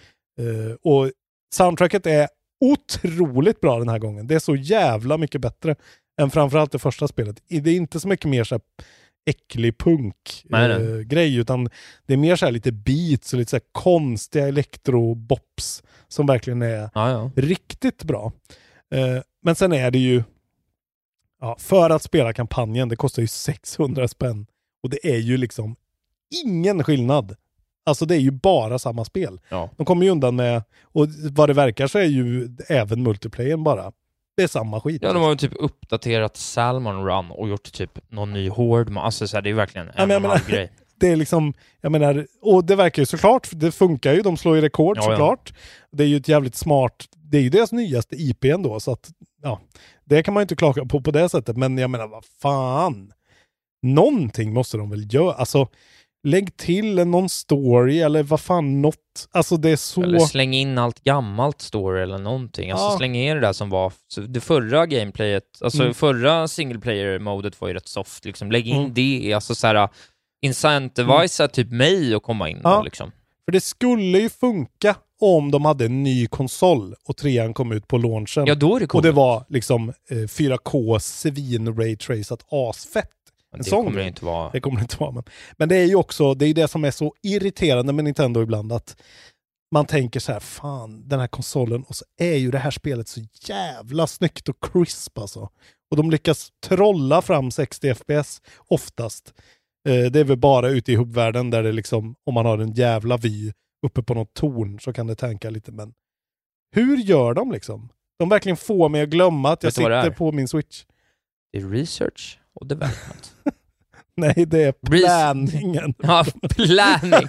Uh, och soundtracket är otroligt bra den här gången. Det är så jävla mycket bättre än framförallt det första spelet. Det är inte så mycket mer så här äcklig punk-grej, uh, utan det är mer så här lite beats och lite så här konstiga elektrobops som verkligen är ja, ja. riktigt bra. Uh, men sen är det ju ja, för att spela kampanjen, det kostar ju sexhundra spänn och det är ju liksom ingen skillnad. Alltså det är ju bara samma spel. Ja. De kommer ju undan med, och vad det verkar så är ju även multiplayern bara. Det är samma skit. Ja, de har ju typ uppdaterat Salmon Run och gjort typ någon ny hård. Alltså så här, det är ju verkligen en ja, men, och en halv grej. Det är liksom, jag menar, och det verkar ju såklart, det funkar ju, de slår ju rekord ja, såklart. Ja. Det är ju ett jävligt smart, det är ju deras nyaste I P ändå, så att ja, det kan man ju inte klaga på på det sättet, men jag menar, vad fan? Någonting måste de väl göra, alltså lägg till någon story eller vad fan, något. Alltså det är så... Eller släng in allt gammalt story eller någonting. Alltså ja. släng in det där som var... Det förra gameplayet, alltså mm. förra single player-modet var ju rätt soft. Liksom. Lägg in mm. det, alltså såhär... Incentivisa mm. typ mig att komma in ja. då, liksom. För det skulle ju funka om de hade en ny konsol och trean kom ut på launchen. Ja, då är det coolt. Och det var liksom eh, fyra K svin raytracat asfett. En det sån kommer det inte vara. Det kommer det inte vara. Men, men det är ju också, det är det som är så irriterande med Nintendo ibland, att man tänker så här, fan, den här konsolen, och så är ju det här spelet så jävla snyggt och crisp alltså. Och de lyckas trolla fram sextio F P S oftast. Eh, det är väl bara ute i hubbvärlden där det liksom, om man har en jävla vy uppe på något torn så kan det tänka lite, men hur gör de liksom? De verkligen får mig att glömma att jag sitter på min Switch. Det är research och development. Nej, det är planningen. Ja, planning.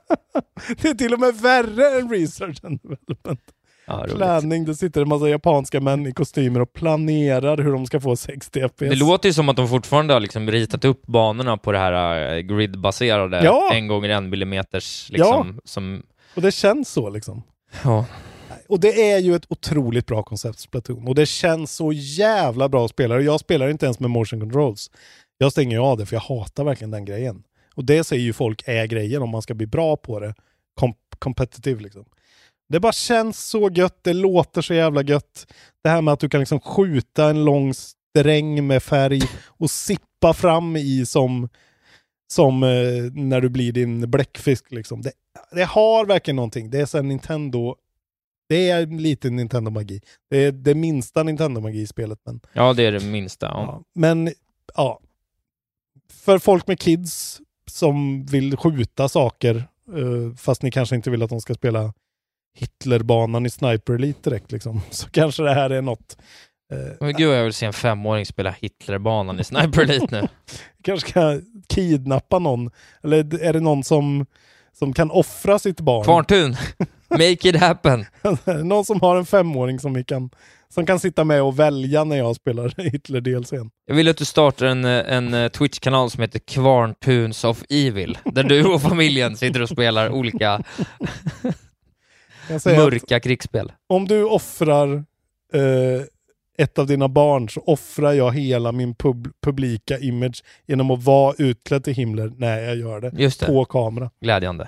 Det är till och med värre än research and development. Ja, planning, det sitter en massa japanska män i kostymer och planerar hur de ska få sextio F P S. Det låter ju som att de fortfarande har liksom ritat upp banorna på det här grid-baserade ja. en gånger en millimeters liksom, ja. som... Och det känns så liksom. Ja. Och det är ju ett otroligt bra koncept, Splatoon. Och det känns så jävla bra att spela. Och jag spelar inte ens med motion controls. Jag stänger ju av det för jag hatar verkligen den grejen. Och det säger ju folk är grejen om man ska bli bra på det. Kom- competitive liksom. Det bara känns så gött. Det låter så jävla gött. Det här med att du kan liksom skjuta en lång sträng med färg och sippa fram i som, som eh, när du blir din bläckfisk liksom. Det, det har verkligen någonting. Det är så Nintendo... Det är lite Nintendo-magi. Det är det minsta Nintendo-magi i spelet. Men... Ja, det är det minsta. Ja. Ja, men ja, för folk med kids som vill skjuta saker, uh, fast ni kanske inte vill att de ska spela Hitlerbanan i Sniper Elite direkt, liksom, så kanske det här är något. Men gud, jag vill se en femåring spela Hitlerbanan i Sniper Elite nu. Kanske ska kidnappa någon. Eller är det någon som, som kan offra sitt barn? Kvarntun. Make it happen. Någon som har en femåring som vi kan, som kan sitta med och välja när jag spelar Hitler-D L C. Jag vill att du startar en, en Twitch-kanal som heter Kvarntuns of Evil. Där du och familjen sitter och spelar olika mörka krigsspel. Om du offrar eh, ett av dina barn så offrar jag hela min pub- publika image genom att vara utklädd till Himmler när jag gör det, Just det. på kamera. Glädjande.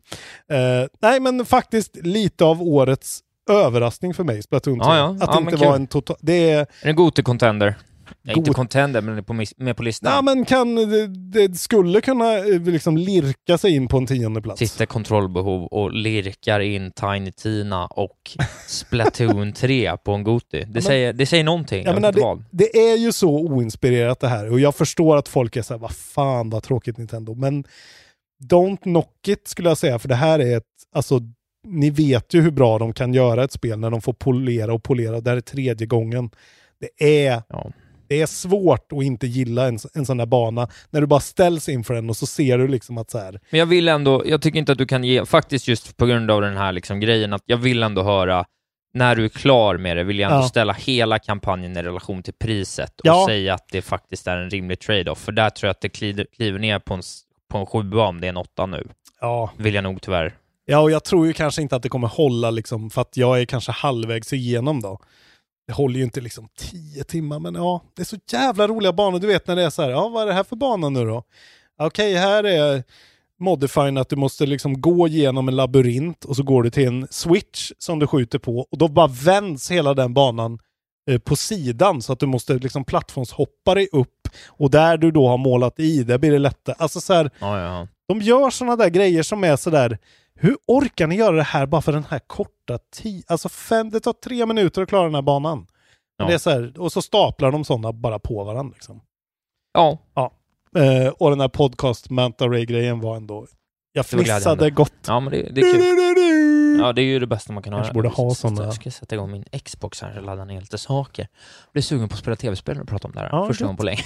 eh, nej, men faktiskt lite av årets överraskning för mig, Splatoon tre. Ja, ja. Att Ja, det inte men var kul. en total... Det är... Är det en Gote-contender? Nej, God- inte contender, men på, mis- med på listan. Ja, men kan, det, det skulle kunna eh, liksom lirka sig in på en tionde plats. Sitter kontrollbehov och lirkar in Tiny Tina och Splatoon tre på en Gote. Det, men, säger, det säger någonting. Jag menar, det, det är ju så oinspirerat det här. Och jag förstår att folk är så här, vad fan, vad tråkigt Nintendo. Men don't knock it, skulle jag säga. För det här är ett, alltså, ni vet ju hur bra de kan göra ett spel när de får polera och polera. Det här är tredje gången. Det är... Ja. Det är svårt att inte gilla en, en sån där bana när du bara ställs inför den och så ser du liksom att så här. Men jag vill ändå, jag tycker inte att du kan ge, faktiskt just på grund av den här liksom grejen, att jag vill ändå höra, när du är klar med det, vill jag ändå Ja. ställa hela kampanjen i relation till priset och Ja. säga att det faktiskt är en rimlig trade-off. För där tror jag att det kliver, kliver ner på en, s- på en sjua om det är en åtta nu. Ja. Vill jag nog tyvärr. Ja, och jag tror ju kanske inte att det kommer hålla liksom, för att jag är kanske halvvägs igenom då. Det håller ju inte liksom tio timmar, men ja, det är så jävla roliga banor. Du vet när det är så här, ja, vad är det här för bana nu då? Okej, här är modifien att du måste liksom gå igenom en labyrint och så går du till en switch som du skjuter på och då bara vänds hela den banan eh, på sidan så att du måste liksom plattformshoppa dig upp och där du då har målat i, där blir det lättare. Alltså så här, Ja, ja. de gör såna där grejer som är så där. Hur orkar ni göra det här bara för den här korta tiden? Alltså fem, det tar tre minuter att klara den här banan. Ja. Det är så här, och så staplar de sådana bara på varandra. Liksom. Ja. ja. Eh, och den här podcast Manta Ray-grejen var ändå... Jag Det var fnissade glädjande. gott. Ja, men det, det är kul. Ja, det är ju det bästa man kan ha. Kanske borde ha såna. Jag ska sätta igång min Xbox här och ladda ner lite saker. Jag blir sugen på att spela tv-spel och prata om det här. Ja, Första gott. gången på länge.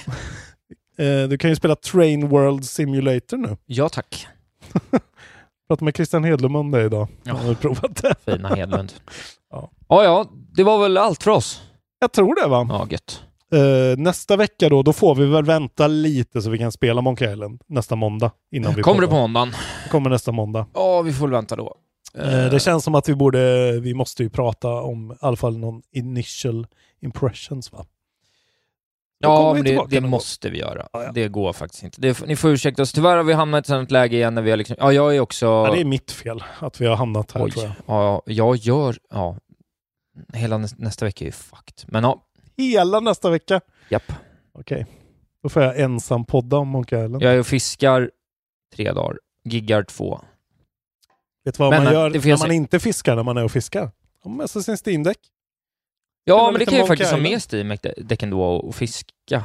Eh, du kan ju spela Train World Simulator nu. Ja, tack. Prata med Christian Hedlund om det idag. Ja. Jag har provat det. Fina Hedlund. Ja. Ja, ja, det var väl allt för oss. Jag tror det, va? Ja, gött. Uh, nästa vecka då, då får vi väl vänta lite så vi kan spela Monkey Island nästa måndag. Innan vi Kommer det poddar. på måndagen? Det kommer nästa måndag. Ja, vi får väl vänta då. Uh, det känns som att vi borde, vi måste ju prata om i alla fall någon initial impressions, va? Då Ja, kommer vi men det, tillbaka det någon måste vi göra. Ja, ja. Det går faktiskt inte. Det, ni får ursäkta oss. Tyvärr har vi hamnat i ett sånt läge igen när vi har liksom... Ja, jag är också... Ja, det är mitt fel att vi har hamnat här, Oj. tror jag. Ja, jag gör... Ja. Hela nä, nästa vecka är ju fucked. Men ja. Hela nästa vecka? Japp. Okej. Då får jag ensam podda om Monkey Island. Jag är och fiskar tre dagar. Giggar två. Vet du vad Men, man gör det när finns- man inte fiskar när man är och fiskar? Man har med sig sin Steam Deck. Ja, Spelar men det lite kan ju Monkey faktiskt ha Island. med Steam-däcken då och fiska.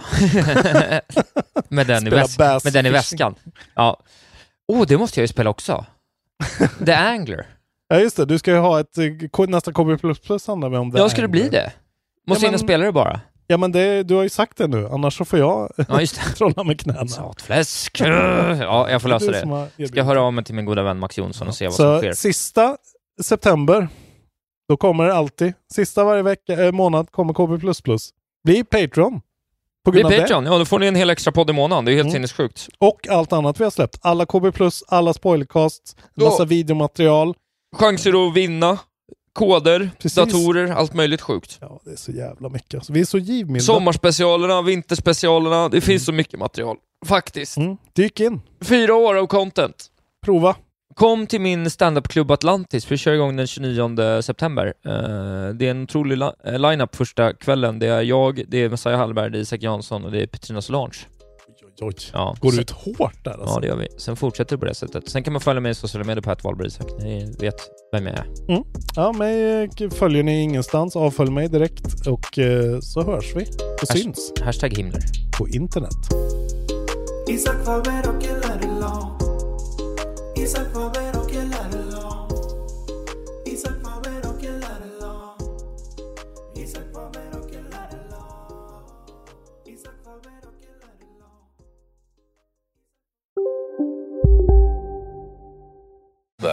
med, den i Spela väs- bass med den i fishing. väskan. Ja. Oh, det måste jag ju spela också. The Angler. Ja, just det. Du ska ju ha ett... eh, Nästa K B plus plus handlar med om det. Ja, ska det bli det? Måste Ja, in och men- spela det bara. Ja, men det, du har ju sagt det nu. Annars så får jag Ja, just det. trolla med knäna. Satfläsk. Ja, jag får lösa Du det. som har erbjudit. Ska jag höra av mig till min goda vän Max Jonsson och se vad som Så sker. sista september, då kommer det alltid. Sista varje vecka, äh, månad kommer K B plus plus. Bli Patreon. På Det grund är av Patreon. Ja, då får ni en hel extra podd i månaden. Det är ju helt Mm. sinnessjukt. det. Och allt annat vi har släppt. Alla K B plus, alla spoilercast, massa Ja. videomaterial. Chanser att vinna. Koder, Precis. datorer, allt möjligt sjukt. Ja, det är så jävla mycket. Alltså, vi är så givmilda. Sommarspecialerna, vinterspecialerna. Det finns så mycket material. Faktiskt. Mm. Dyk in. Fyra år av content. Prova. Kom till min standup-klubb Atlantis. Vi kör igång den tjugonionde september. Uh, det är en otrolig la- uh, line-up första kvällen. Det är jag, det är Messiah Hallberg, det är Isak Jansson och det är Petrina Solange. Oj, oj. Ja. Går Sen- ut hårt där alltså. Ja, det gör vi. Sen fortsätter det på det sättet. Sen kan man följa mig i sociala medier på att Valberg Isak. Ni vet vem jag är. Mm. Ja, mig eh, följer ni ingenstans. Avfölj mig direkt och eh, så hörs vi. Och Hash- syns Hashtag Himmler. på internet. Isak Faber och jag lärde lag. Isak Faber och jag lärde lag. Isak Faber och jag lärde lag. Isak Faber och jag lärde lag.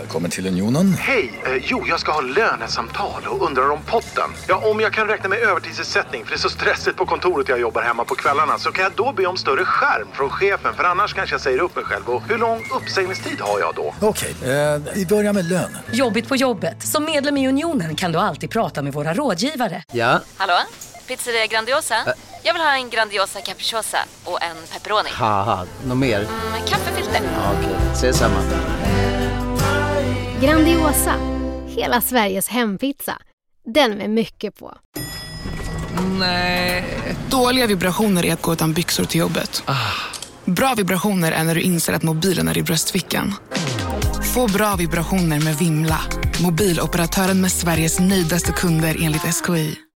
Välkommen till Unionen. Hej, eh, jo jag ska ha lönesamtal och undrar om potten. Ja, om jag kan räkna med övertidsersättning för det är så stressigt på kontoret jag jobbar hemma på kvällarna, så kan jag då be om större skärm från chefen, för annars kanske jag säger upp mig själv. Och hur lång uppsägningstid har jag då? Okej, eh, vi börjar med lön. Jobbigt på jobbet. Som medlem i Unionen kan du alltid prata med våra rådgivare. Ja. Hallå? Pizzeria Grandiosa? Ä jag vill ha en Grandiosa capriciosa och en pepperoni. Haha, något mer? Mm, kaffefilter. Ja, okej, ses samma. Grandiosa, hela Sveriges hempizza. Den med mycket på. Nej. Dåliga vibrationer är att gå utan byxor till jobbet. Ah. Bra vibrationer är när du inser att mobilen är i bröstfickan. Få bra vibrationer med Vimla. Mobiloperatören med Sveriges nöjdaste kunder enligt S K I.